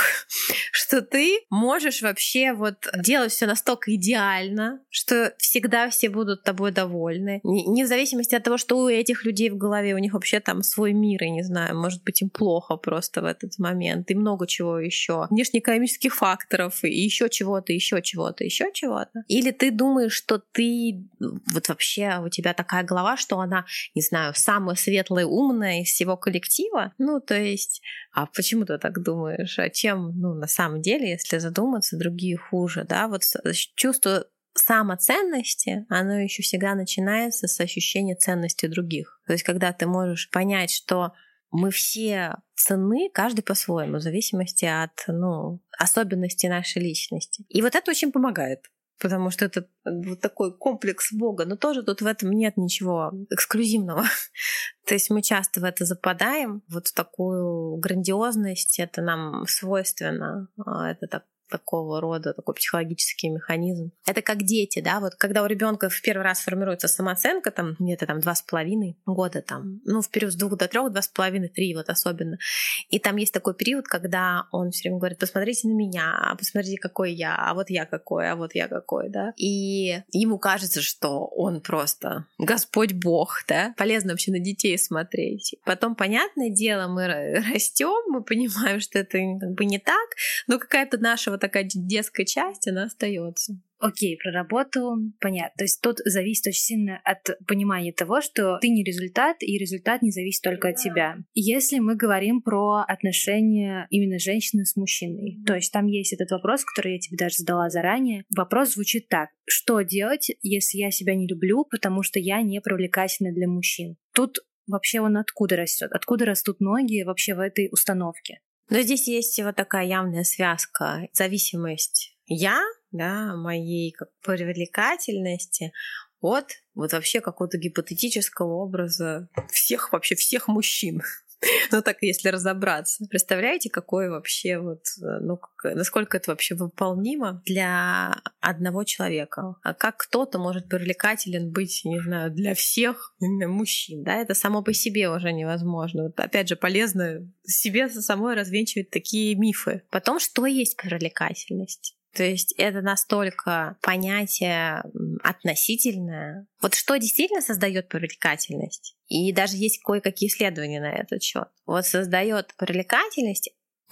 что ты можешь вообще вот делать все настолько идеально, что всегда все будут тобой довольны. Не в зависимости от того, что у этих людей в голове, у них вообще там свой мир, и не знаю, может быть, им плохо просто в этот момент, и много чего еще, внешнеэкономических факторов, и еще чего-то, еще чего-то, еще чего-то. Или ты думаешь, что ты вот вообще у тебя такая голова, что она, не знаю, самая светлая, умная из всего коллектива. Ну, то есть, а почему ты так думаешь? А чем, ну, на самом деле, если задуматься, другие хуже, да? Вот чувство самоценности, оно еще всегда начинается с ощущения ценности других. То есть, когда ты можешь понять, что мы все ценны, каждый по-своему, в зависимости от, ну, особенностей нашей личности. И вот это очень помогает, потому что это вот такой комплекс Бога, но тоже тут в этом нет ничего эксклюзивного. То есть мы часто в это западаем, вот в такую грандиозность, это нам свойственно, это так такого рода, такой психологический механизм. Это как дети, да, вот когда у ребенка в первый раз формируется самооценка, там где-то там два с половиной года, там, ну, в период с двух до трех, два с половиной, три вот особенно. И там есть такой период, когда он все время говорит: посмотрите на меня, посмотрите, какой я, а вот я какой, а вот я какой, да. И ему кажется, что он просто Господь Бог, да. Полезно вообще на детей смотреть. Потом, понятное дело, мы растем, мы понимаем, что это как бы не так, но какая-то наша вот такая детская часть, она остается. Окей, про работу понятно. То есть тут зависит очень сильно от понимания того, что ты не результат, и результат не зависит только от тебя. Если мы говорим про отношения именно женщины с мужчиной, то есть там есть этот вопрос, который я тебе даже задала заранее. Вопрос звучит так: что делать, если я себя не люблю, потому что я не привлекательна для мужчин? Тут вообще он откуда растет? Откуда растут ноги вообще в этой установке? Но здесь есть вот такая явная связка, зависимость я, да, моей как привлекательности от вот вообще какого-то гипотетического образа всех, вообще всех мужчин. Ну так, если разобраться. Представляете, какой вообще вот, ну, насколько это вообще выполнимо для одного человека? А как кто-то может привлекателен быть, не знаю, для всех мужчин, да? Это само по себе уже невозможно. Вот опять же, полезно себе самой развенчивать такие мифы. Потом, что есть привлекательность? То есть это настолько понятие относительное. Вот что действительно создает привлекательность? И даже есть кое-какие исследования на этот счет. Вот создает привлекательность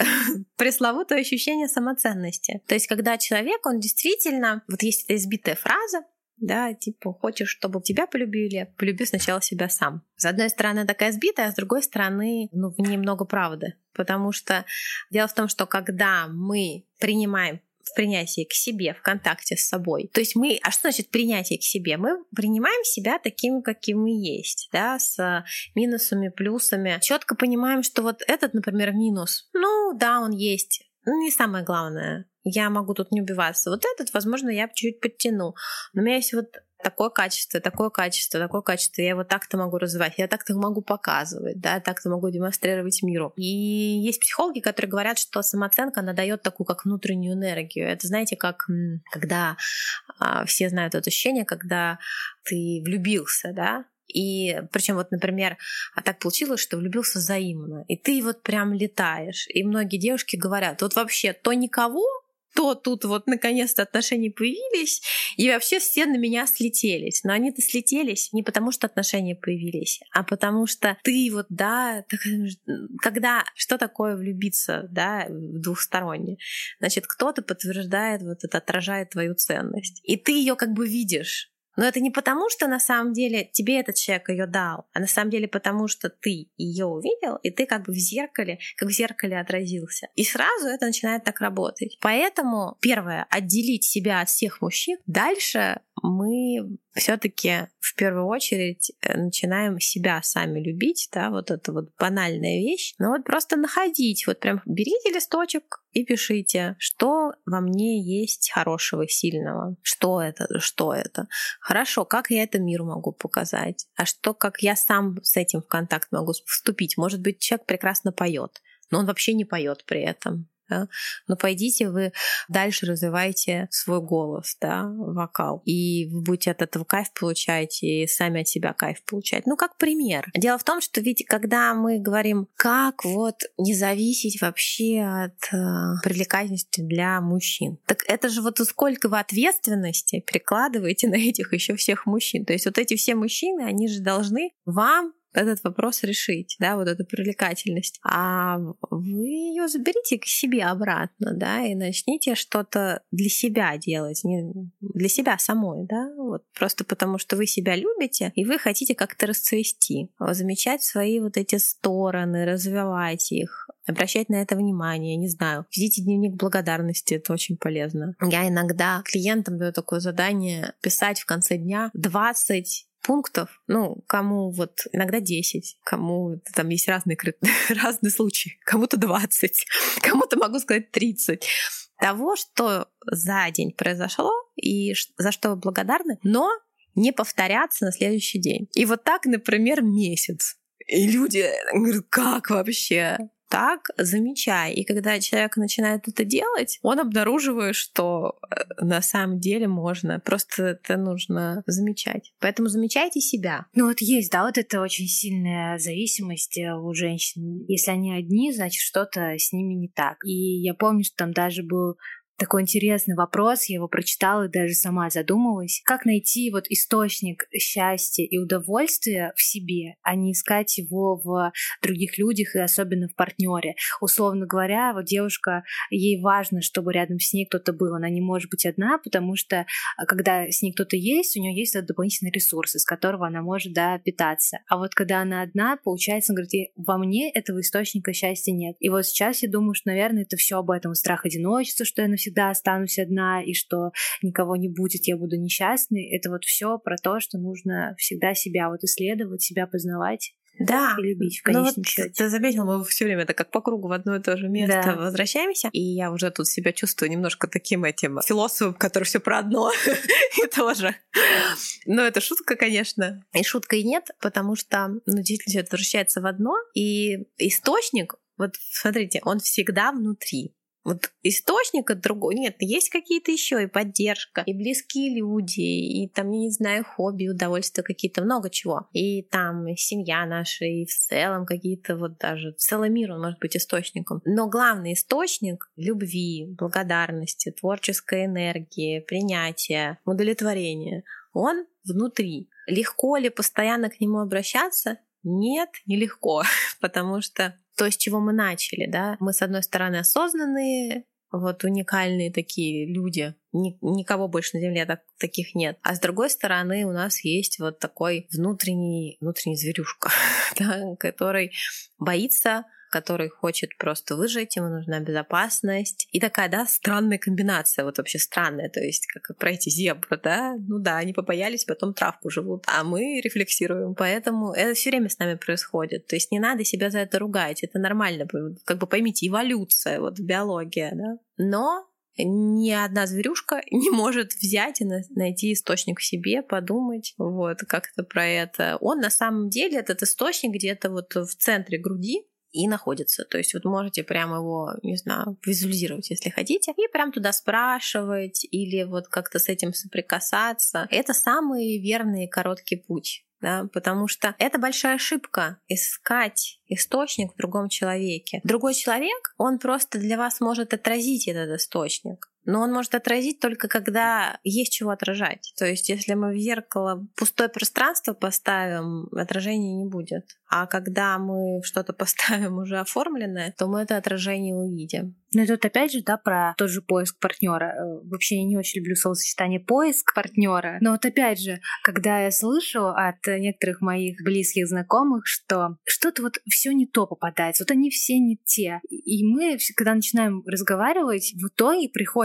пресловутое ощущение самоценности. То есть когда человек, он действительно... Вот есть эта избитая фраза, да, типа, хочешь, чтобы тебя полюбили, полюби сначала себя сам. С одной стороны, такая сбитая, а с другой стороны, ну, в ней много правды. Потому что дело в том, что когда мы принимаем в принятии к себе, в контакте с собой. То есть мы... А что значит принятие к себе? Мы принимаем себя такими, какими мы есть, да, с минусами, плюсами. Четко понимаем, что вот этот, например, минус, ну да, он есть. Ну, не самое главное. Я могу тут не убиваться. Вот этот, возможно, я чуть-чуть подтяну. Но у меня есть вот такое качество, такое качество, такое качество. Я его так-то могу развивать, я так-то могу показывать, да, так-то могу демонстрировать миру. И есть психологи, которые говорят, что самооценка, она дает такую как внутреннюю энергию. Это, знаете, как когда а, все знают это ощущение, когда ты влюбился, да, и причем вот, например, а так получилось, что влюбился взаимно, и ты вот прям летаешь. И многие девушки говорят: вот вообще то никого, то тут вот наконец-то отношения появились, и вообще все на меня слетелись. Но они-то слетелись не потому, что отношения появились, а потому что ты вот, да, когда, что такое влюбиться, да, двухсторонне? Значит, кто-то подтверждает, вот это отражает твою ценность. И ты ее как бы видишь. Но это не потому, что на самом деле тебе этот человек ее дал, а на самом деле потому, что ты ее увидел, и ты как бы в зеркале, как в зеркале отразился. И сразу это начинает так работать. Поэтому, первое, отделить себя от всех мужчин. Дальше мы все-таки в первую очередь начинаем себя сами любить, да, вот это вот банальная вещь. Но вот просто находить, вот прям берите листочек и пишите, что во мне есть хорошего, сильного. Что это? Что это? Хорошо, как я это миру могу показать? А что, как я сам с этим в контакт могу вступить? Может быть, человек прекрасно поет, но он вообще не поет при этом. Да? Но пойдите вы дальше развивайте свой голос, да, вокал, и вы будете от этого кайф получать, и сами от себя кайф получать. Ну, как пример. Дело в том, что ведь когда мы говорим, как вот не зависеть вообще от э, привлекательности для мужчин, так это же вот сколько вы ответственности перекладываете на этих еще всех мужчин. То есть вот эти все мужчины, они же должны вам этот вопрос решить, да, вот эту привлекательность. А вы ее заберите к себе обратно, да, и начните что-то для себя делать, не для себя самой, да, вот просто потому, что вы себя любите, и вы хотите как-то расцвести, замечать свои вот эти стороны, развивать их, обращать на это внимание, не знаю. Ведите дневник благодарности, это очень полезно. Я иногда клиентам даю такое задание писать в конце дня двадцать пунктов, ну, кому вот иногда десять, кому там есть разные, разные случаи, кому-то двадцать, кому-то могу сказать тридцать того, что за день произошло и за что вы благодарны, но не повторяться на следующий день. И вот так, например, месяц. И люди говорят, как вообще? Так, замечай. И когда человек начинает это делать, он обнаруживает, что на самом деле можно. Просто это нужно замечать. Поэтому замечайте себя. Ну вот есть, да, вот это очень сильная зависимость у женщин. Если они одни, значит, что-то с ними не так. И я помню, что там даже был такой интересный вопрос, я его прочитала и даже сама задумалась. Как найти вот источник счастья и удовольствия в себе, а не искать его в других людях и особенно в партнере. Условно говоря, вот девушка, ей важно, чтобы рядом с ней кто-то был. Она не может быть одна, потому что когда с ней кто-то есть, у нее есть дополнительный ресурс, из которого она может, да, питаться. А вот когда она одна, получается, она говорит, во мне этого источника счастья нет. И вот сейчас я думаю, что, наверное, это все об этом. Страх одиночества, что я навсегда всегда останусь одна, и что никого не будет, я буду несчастной. Это вот все про то, что нужно всегда себя вот исследовать, себя познавать. Да, и любить в конечном ну вот счете. Ты заметил, мы все время это как по кругу в одно и то же место да. возвращаемся. И я уже тут себя чувствую немножко таким этим философом, который все про одно и тоже. Но это шутка, конечно. И шутка и нет, потому что ну, действительно все это возвращается в одно. И источник, вот смотрите, он всегда внутри. Вот источника другой нет, есть какие-то еще и поддержка, и близкие люди, и там, я не знаю, хобби, удовольствия какие-то, много чего. И там и семья наша, и в целом какие-то вот даже целый мир, он может быть источником. Но главный источник любви, благодарности, творческой энергии, принятия, удовлетворения, он внутри. Легко ли постоянно к нему обращаться? Нет, нелегко, потому что то, с чего мы начали, да, мы, с одной стороны, осознанные, вот уникальные такие люди, Ни, никого больше на Земле так, таких нет, а с другой стороны, у нас есть вот такой внутренний, внутренний зверюшка, да, который боится, который хочет просто выжить, ему нужна безопасность. И такая, да, странная комбинация, вот вообще странная, то есть как про эти зебры, да, ну да, они побоялись, потом травку живут, а мы рефлексируем, поэтому это все время с нами происходит, то есть не надо себя за это ругать, это нормально, как бы поймите, эволюция, вот биология, да, но ни одна зверюшка не может взять и найти источник в себе, подумать вот как-то про это. Он на самом деле, этот источник где-то вот в центре груди, и находится. То есть вот можете прямо его, не знаю, визуализировать, если хотите, и прям туда спрашивать или вот как-то с этим соприкасаться. Это самый верный короткий путь. Да, потому что это большая ошибка — искать источник в другом человеке. Другой человек, он просто для вас может отразить этот источник. Но он может отразить только когда есть чего отражать. То есть если мы в зеркало пустое пространство поставим, отражения не будет. А когда мы что-то поставим уже оформленное, то мы это отражение увидим. Ну и тут опять же, да, про тот же поиск партнера. Вообще я не очень люблю словосочетание поиск партнера. Но вот опять же, когда я слышу от некоторых моих близких знакомых, что что-то вот все не то попадается, вот они все не те. И мы, когда начинаем разговаривать, в итоге приходим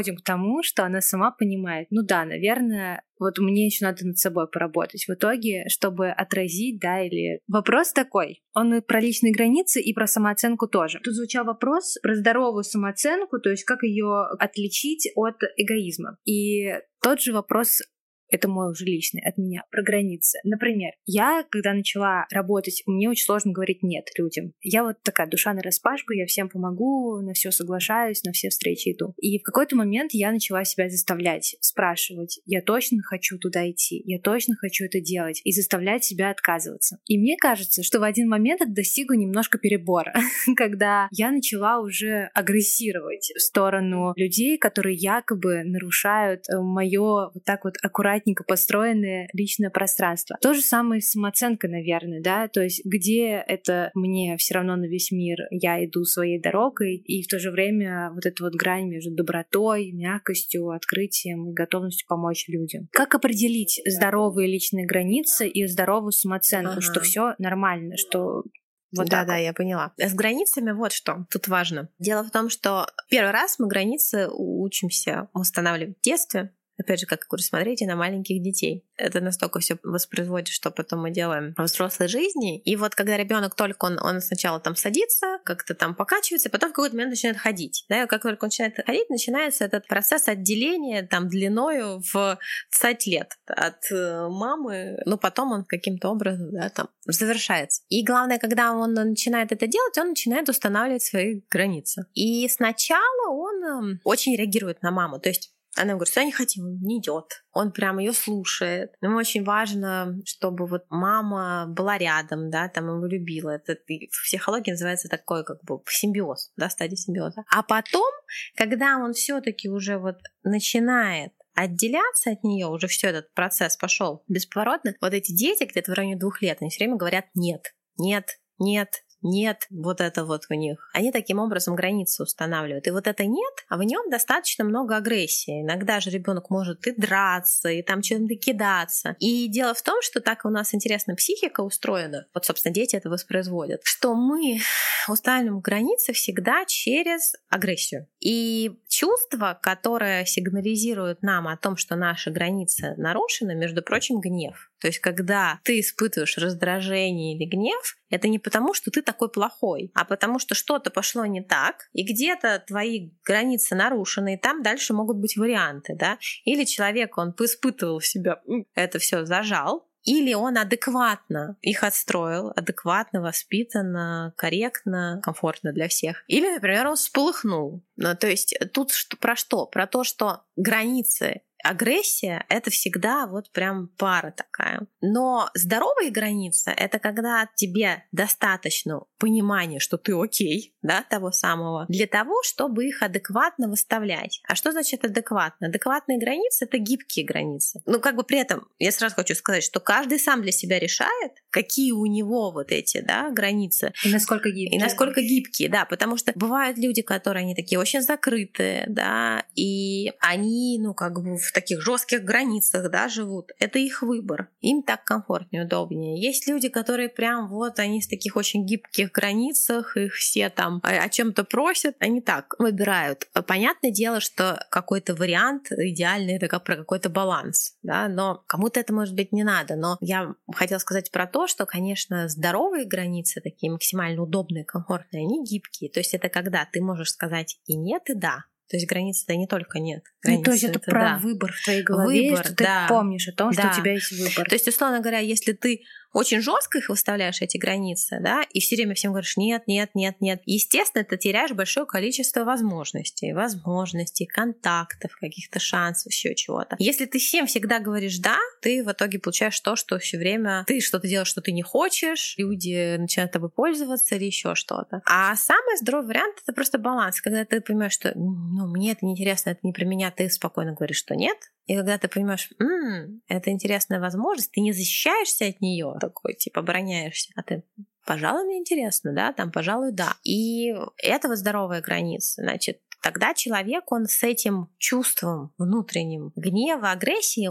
приходим к тому, что она сама понимает, ну да, наверное, вот мне еще надо над собой поработать. В итоге, чтобы отразить, да, или... Вопрос такой, он и про личные границы, и про самооценку тоже. Тут звучал вопрос про здоровую самооценку, то есть как ее отличить от эгоизма. И тот же вопрос, это мой уже личный, от меня, про границы. Например, я, когда начала работать, мне очень сложно говорить «нет» людям. Я вот такая душа нараспашку, я всем помогу, на все соглашаюсь, на все встречи иду. И в какой-то момент я начала себя заставлять, спрашивать, я точно хочу туда идти, я точно хочу это делать, и заставлять себя отказываться. И мне кажется, что в один момент это достигло немножко перебора, когда я начала уже агрессировать в сторону людей, которые якобы нарушают мое вот так вот аккуратненько построенное личное пространство. То же самое с самооценкой, наверное, да, то есть где это мне все равно на весь мир, я иду своей дорогой, и в то же время вот эта вот грань между добротой, мягкостью, открытием и готовностью помочь людям. Как определить здоровые личные границы и здоровую самооценку, ага. что все нормально, что Вот да, да, я поняла. С границами вот что тут важно. Дело в том, что первый раз мы границы учимся устанавливать в детстве. Опять же, как я говорю, смотрите на маленьких детей. Это настолько все воспроизводит, что потом мы делаем во взрослой жизни. И вот когда ребенок только он, он сначала там садится, как-то там покачивается, потом в какой-то момент начинает ходить. Да, и как только он начинает ходить, начинается этот процесс отделения там длиною в двадцать лет от мамы. Но потом он каким-то образом да, там завершается. И главное, когда он начинает это делать, он начинает устанавливать свои границы. И сначала он очень реагирует на маму. То есть она говорит, что я не хочу, он не идет. Он прям ее слушает. Ему очень важно, чтобы вот мама была рядом, да, там его любила. Это в психологии называется такой как бы симбиоз, да, стадия симбиоза. А потом, когда он все-таки уже вот начинает отделяться от нее, уже все этот процесс пошел бесповоротно. Вот эти дети где-то в районе двух лет, они все время говорят нет, нет, нет. Нет, вот это вот у них. Они таким образом границы устанавливают. И вот это нет, а в нем достаточно много агрессии. Иногда же ребенок может и драться, и там чем-то кидаться. И дело в том, что так у нас интересно психика устроена, вот, собственно, дети это воспроизводят, что мы устанавливаем границы всегда через агрессию. И чувство, которое сигнализирует нам о том, что наши границы нарушены, между прочим, гнев. То есть, когда ты испытываешь раздражение или гнев, это не потому, что ты такой плохой, а потому, что что-то пошло не так, и где-то твои границы нарушены, и там дальше могут быть варианты, да? Или человек, он поиспытывал в себя, это все зажал, или он адекватно их отстроил, адекватно, воспитанно, корректно, комфортно для всех. Или, например, он всполыхнул. Ну, то есть тут что, про что? Про то, что границы, агрессия — это всегда вот прям пара такая. Но здоровые границы — это когда тебе достаточно понимания, что ты окей, да, того самого, для того, чтобы их адекватно выставлять. А что значит адекватно? Адекватные границы — это гибкие границы. Ну, как бы при этом я сразу хочу сказать, что каждый сам для себя решает, какие у него вот эти, да, границы. И насколько гибкие. И насколько гибкие, да, потому что бывают люди, которые, они такие очень закрытые, да, и они, ну, как бы в таких жестких границах, да, живут. Это их выбор. Им так комфортнее, удобнее. Есть люди, которые прям вот, они в таких очень гибких границах, их все там о чем-то просят, они так выбирают. Понятное дело, что какой-то вариант идеальный, это как про какой-то баланс, да, но кому-то это, может быть, не надо. Но я хотела сказать про то, что, конечно, здоровые границы, такие максимально удобные, комфортные, они гибкие. То есть это когда ты можешь сказать и нет, и да. То есть границы-то не только нет. Границы, ну, то есть это, это про да. выбор в твоей голове, выбор, что ты да. помнишь о том, да. что у тебя есть выбор. То есть, условно говоря, если ты очень жестко их выставляешь, эти границы, да, и все время всем говоришь нет, нет, нет, нет, естественно, ты теряешь большое количество возможностей, возможностей, контактов, каких-то шансов, еще чего-то. Если ты всем всегда говоришь да, ты в итоге получаешь то, что все время ты что-то делаешь, что ты не хочешь, люди начинают тобой пользоваться или еще что-то. А самый здоровый вариант — это просто баланс, когда ты понимаешь, что ну, мне это неинтересно, это не про меня, ты спокойно говоришь, что нет. И когда ты понимаешь, м-м, это интересная возможность, ты не защищаешься от нее, такой, типа, обороняешься, а ты, пожалуй, мне интересно, да, там, пожалуй, да. И это вот здоровая граница, значит, тогда человек, он с этим чувством внутренним гнева, агрессии, он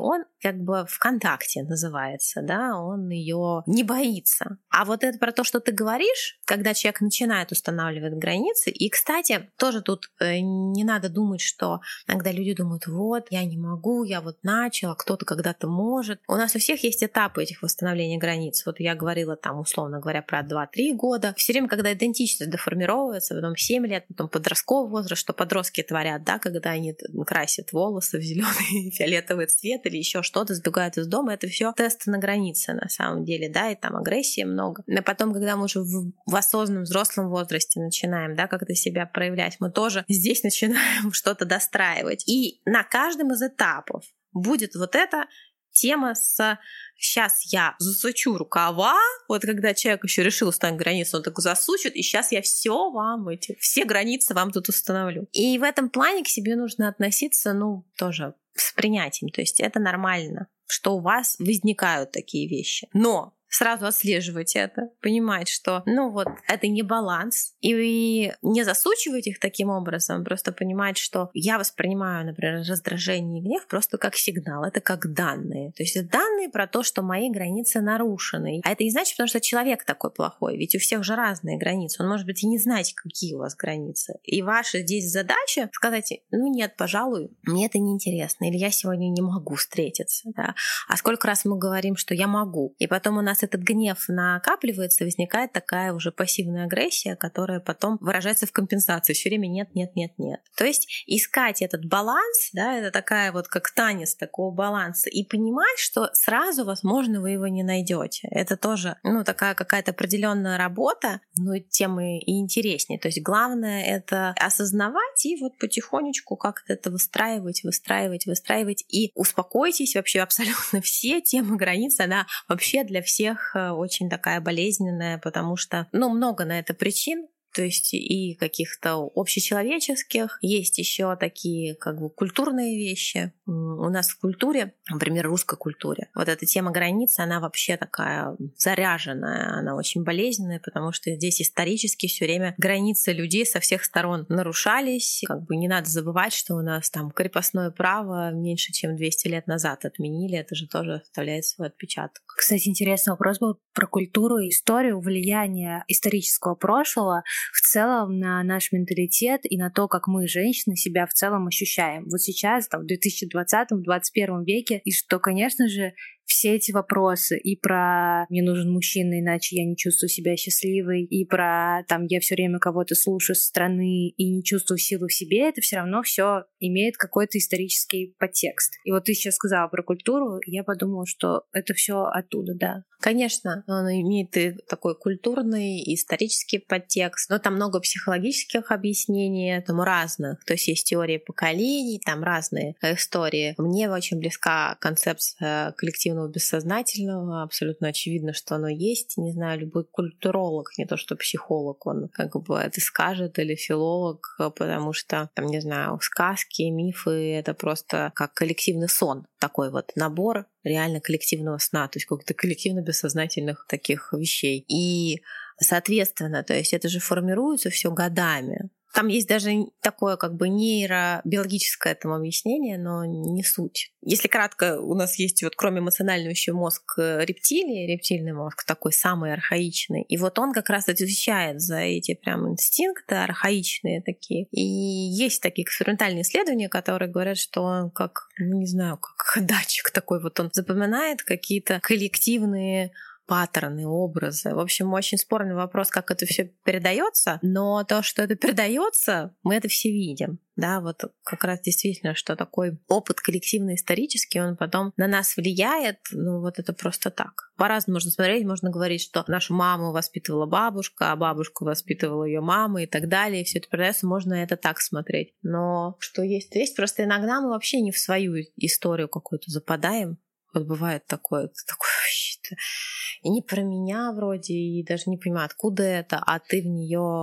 как бы ВКонтакте называется, да, он ее не боится. А вот это про то, что ты говоришь, когда человек начинает устанавливать границы, и, кстати, тоже тут э, не надо думать, что иногда люди думают, вот, я не могу, я вот начала, кто-то когда-то может. У нас у всех есть этапы этих восстановления границ. Вот я говорила там, условно говоря, про два-три года. Все время, когда идентичность деформировывается, потом семь лет, потом подростковый возраст, что подростки творят, да, когда они красят волосы в зеленый, фиолетовый цвет или еще что-то, сбегают из дома, это все тесты на границе на самом деле, да, и там агрессии много. Но потом, когда мы уже в, в осознанном взрослом возрасте начинаем, да, как-то себя проявлять, мы тоже здесь начинаем что-то достраивать. И на каждом из этапов будет вот эта тема с «сейчас я засучу рукава», вот когда человек еще решил установить границу, он так засучит, и сейчас я все вам, эти, все границы вам тут установлю. И в этом плане к себе нужно относиться, ну, тоже с принятием, то есть это нормально, что у вас возникают такие вещи. Но сразу отслеживать это, понимать, что, ну вот, это не баланс, и не засучивать их таким образом, просто понимать, что я воспринимаю, например, раздражение и гнев просто как сигнал, это как данные. То есть это данные про то, что мои границы нарушены. А это не значит, потому что человек такой плохой, ведь у всех же разные границы. Он, может быть, и не знает, какие у вас границы. И ваша здесь задача сказать, ну нет, пожалуй, мне это неинтересно, или я сегодня не могу встретиться. Да? А сколько раз мы говорим, что я могу, и потом у нас этот гнев накапливается, возникает такая уже пассивная агрессия, которая потом выражается в компенсации. Все время нет, нет, нет, нет. То есть искать этот баланс, да, это такая вот как танец такого баланса, и понимать, что сразу, возможно, вы его не найдете. Это тоже, ну, такая какая-то определенная работа, но тем и интереснее. То есть главное это осознавать и вот потихонечку как-то это выстраивать, выстраивать, выстраивать. И успокойтесь, вообще абсолютно все темы границ, она вообще для всех очень такая болезненная, потому что, ну, много на это причин, то есть и каких-то общечеловеческих, есть еще такие как бы культурные вещи. У нас в культуре, например, русской культуре, вот эта тема границы, она вообще такая заряженная, она очень болезненная, потому что здесь исторически все время границы людей со всех сторон нарушались. Как бы не надо забывать, что у нас там крепостное право меньше, чем двести лет назад отменили, это же тоже оставляет свой отпечаток. Кстати, интересный вопрос был про культуру и историю, влияние исторического прошлого в целом на наш менталитет и на то, как мы, женщины, себя в целом ощущаем. Вот сейчас, там, в две тысячи двадцатом, двадцать первом веке, и что, конечно же, все эти вопросы и про «мне нужен мужчина, иначе я не чувствую себя счастливой», и про там «я все время кого-то слушаю со стороны и не чувствую силы в себе», это все равно все имеет какой-то исторический подтекст. И вот ты сейчас сказала про культуру, и я подумала, что это все оттуда, да. Конечно, он имеет и такой культурный, и исторический подтекст, но там много психологических объяснений, там разных. То есть есть теории поколений, там разные истории. Мне очень близка концепция коллективного бессознательного. Абсолютно очевидно, что оно есть. Не знаю, любой культуролог, не то что психолог, он как бы это скажет, или филолог, потому что, там, не знаю, сказки, мифы — это просто как коллективный сон. Такой вот набор реально коллективного сна, то есть каких-то коллективно-бессознательных таких вещей. И, соответственно, то есть это же формируется все годами. Там есть даже такое как бы нейробиологическое этому объяснение, но не суть. Если кратко, у нас есть вот кроме эмоционального еще мозг рептилии, рептильный мозг такой самый архаичный. И вот он как раз отвечает за эти прям инстинкты архаичные такие. И есть такие экспериментальные исследования, которые говорят, что он как, ну не знаю, как датчик такой вот, он запоминает какие-то коллективные паттерны, образы. В общем, очень спорный вопрос, как это все передается, но то, что это передается, мы это все видим. Да, вот как раз действительно, что такой опыт коллективно-исторический, он потом на нас влияет, ну вот это просто так. По-разному можно смотреть, можно говорить, что нашу маму воспитывала бабушка, а бабушку воспитывала ее мама и так далее, и все это передается, можно это так смотреть. Но что есть, то есть. Просто иногда мы вообще не в свою историю какую-то западаем. Вот бывает такое, такое вообще-то и не про меня вроде, и даже не понимаю, откуда это, а ты в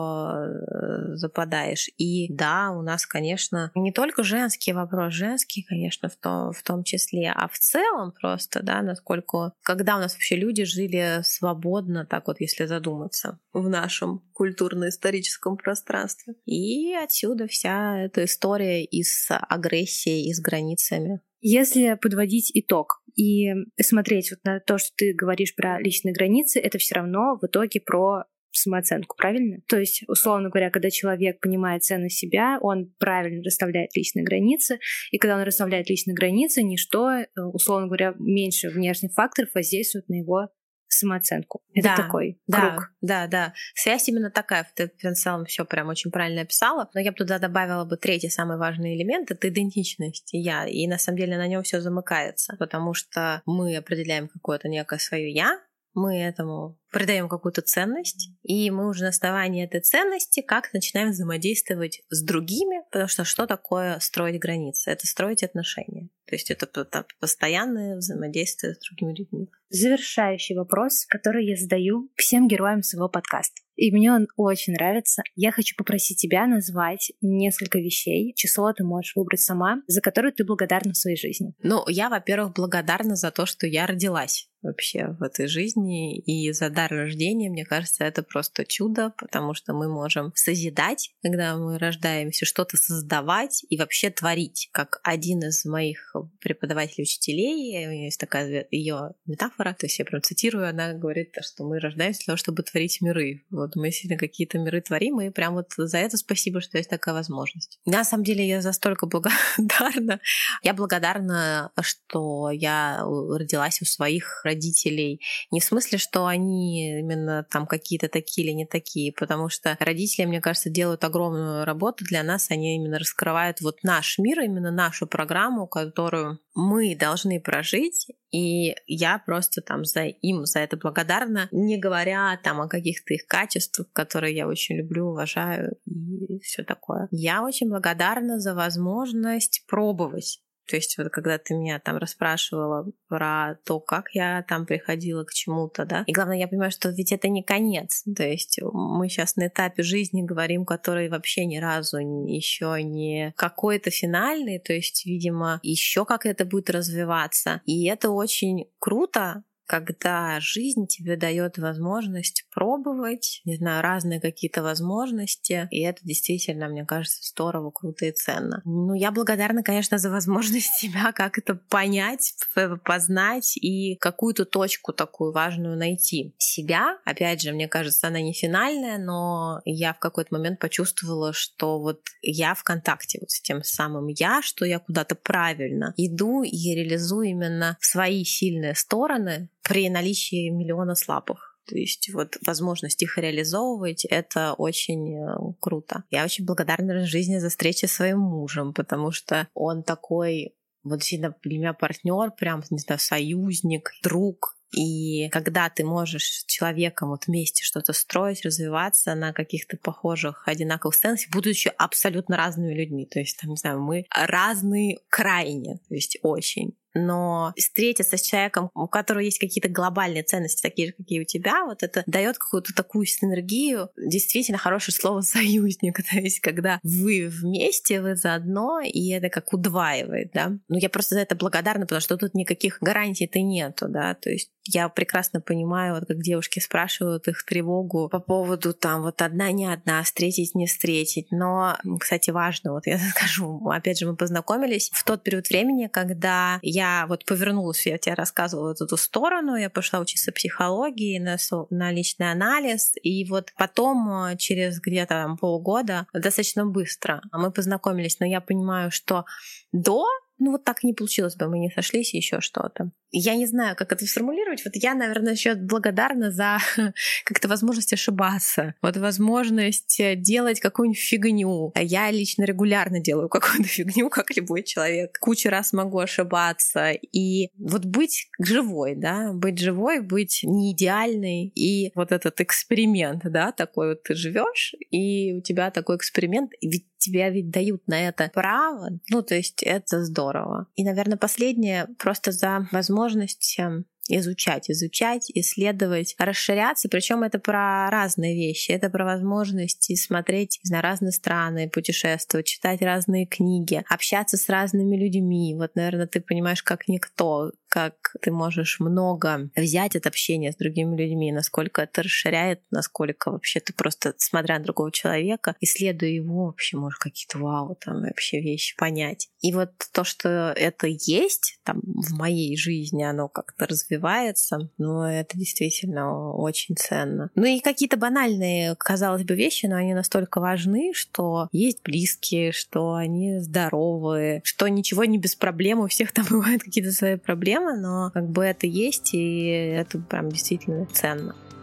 нее западаешь. И да, у нас, конечно, не только женский вопрос, женский, конечно, в том, в том числе, а в целом просто, да, насколько, когда у нас вообще люди жили свободно, так вот, если задуматься, в нашем культурно-историческом пространстве. И отсюда вся эта история и с агрессией, и с границами. Если подводить итог, И смотреть вот на то, что ты говоришь про личные границы, это все равно в итоге про самооценку, правильно? То есть, условно говоря, когда человек понимает ценность себя, он правильно расставляет личные границы, и когда он расставляет личные границы, ничто, условно говоря, меньше внешних факторов воздействует на его самооценку. Это да, такой да, круг. Да, да. Связь именно такая. Ты в целом все прям очень правильно описала. Но я бы туда добавила бы третий самый важный элемент — это идентичность я. И на самом деле на нем все замыкается, потому что мы определяем какое-то некое свое я, мы этому придаем какую-то ценность, и мы уже на основании этой ценности как начинаем взаимодействовать с другими, потому что что такое строить границы? Это строить отношения. То есть это постоянное взаимодействие с другими людьми. Завершающий вопрос, который я задаю всем героям своего подкаста. И мне он очень нравится. Я хочу попросить тебя назвать несколько вещей, число ты можешь выбрать сама, за которые ты благодарна в своей жизни. Ну, я, во-первых, благодарна за то, что я родилась вообще в этой жизни, и за дар рождения, мне кажется, это просто чудо, потому что мы можем созидать, когда мы рождаемся, что-то создавать и вообще творить. Как один из моих преподавателей, учителей, у нее есть такая ее метафора, то есть я прям цитирую, она говорит, что мы рождаемся для того, чтобы творить миры. Вот мы сильно какие-то миры творим, и прям вот за это спасибо, что есть такая возможность. На самом деле я за столько благодарна. Я благодарна, что я родилась у своих родителей. Не в смысле, что они именно там какие-то такие или не такие, потому что родители, мне кажется, делают огромную работу для нас, они именно раскрывают вот наш мир, именно нашу программу, которую мы должны прожить, и я просто там за им за это благодарна, не говоря там о каких-то их качествах, которые я очень люблю, уважаю и все такое. Я очень благодарна за возможность пробовать. То есть вот когда ты меня там расспрашивала про то, как я там приходила к чему-то, да, и главное, я понимаю, что ведь это не конец. То есть мы сейчас на этапе жизни говорим, который вообще ни разу еще не какой-то финальный, то есть, видимо, еще как это будет развиваться. И это очень круто, когда жизнь тебе дает возможность пробовать, не знаю, разные какие-то возможности, и это действительно, мне кажется, здорово, круто и ценно. Ну, я благодарна, конечно, за возможность себя как это понять, познать и какую-то точку такую важную найти. Себя, опять же, мне кажется, она не финальная, но я в какой-то момент почувствовала, что вот я в контакте вот с тем самым я, что я куда-то правильно иду и реализую именно свои сильные стороны, при наличии миллиона слабых. То есть вот возможность их реализовывать — это очень круто. Я очень благодарна жизни за встречу с своим мужем, потому что он такой вот действительно для меня партнер, прям, не знаю, союзник, друг. И когда ты можешь с человеком вот вместе что-то строить, развиваться на каких-то похожих, одинаковых ценностях, будучи абсолютно разными людьми. То есть, там, не знаю, мы разные крайне, то есть очень. Но встретиться с человеком, у которого есть какие-то глобальные ценности, такие же, какие у тебя, вот это дает какую-то такую синергию. Действительно хорошее слово «союзник». То есть когда вы вместе, вы заодно, и это как удваивает, да. Ну, я просто за это благодарна, потому что тут никаких гарантий-то нету, да. То есть я прекрасно понимаю, вот как девушки спрашивают их тревогу по поводу там вот одна не одна, встретить не встретить. Но, кстати, важно, вот я скажу, опять же, мы познакомились в тот период времени, когда я Я вот повернулась, я тебе рассказывала в эту сторону, я пошла учиться психологии на, на личный анализ, и вот потом через где-то полгода, достаточно быстро, мы познакомились, но я понимаю, что до, ну вот так не получилось бы, мы не сошлись, еще что-то. Я не знаю, как это сформулировать. Вот я, наверное, еще благодарна за как-то возможность ошибаться. Вот возможность делать какую-нибудь фигню. Я лично регулярно делаю какую-то фигню, как любой человек. Кучу раз могу ошибаться. И вот быть живой, да, быть живой, быть не идеальной. И вот этот эксперимент, да, такой вот ты живешь, и у тебя такой эксперимент, ведь тебя ведь дают на это право. Ну, то есть это здорово. И, наверное, последнее просто за возможность изучать, изучать, исследовать, расширяться. Причем это про разные вещи. Это про возможности смотреть на разные страны, путешествовать, читать разные книги, общаться с разными людьми. Вот, наверное, ты понимаешь, как никто, как ты можешь много взять от общения с другими людьми, насколько это расширяет, насколько вообще ты просто, смотря на другого человека, исследуя его, вообще можешь какие-то вау, там вообще вещи понять. И вот то, что это есть там в моей жизни, оно как-то развивается, ну, это действительно очень ценно. Ну и какие-то банальные, казалось бы, вещи, но они настолько важны, что есть близкие, что они здоровы, что ничего не без проблем, у всех там бывают какие-то свои проблемы, но как бы это есть, и это прям действительно ценно.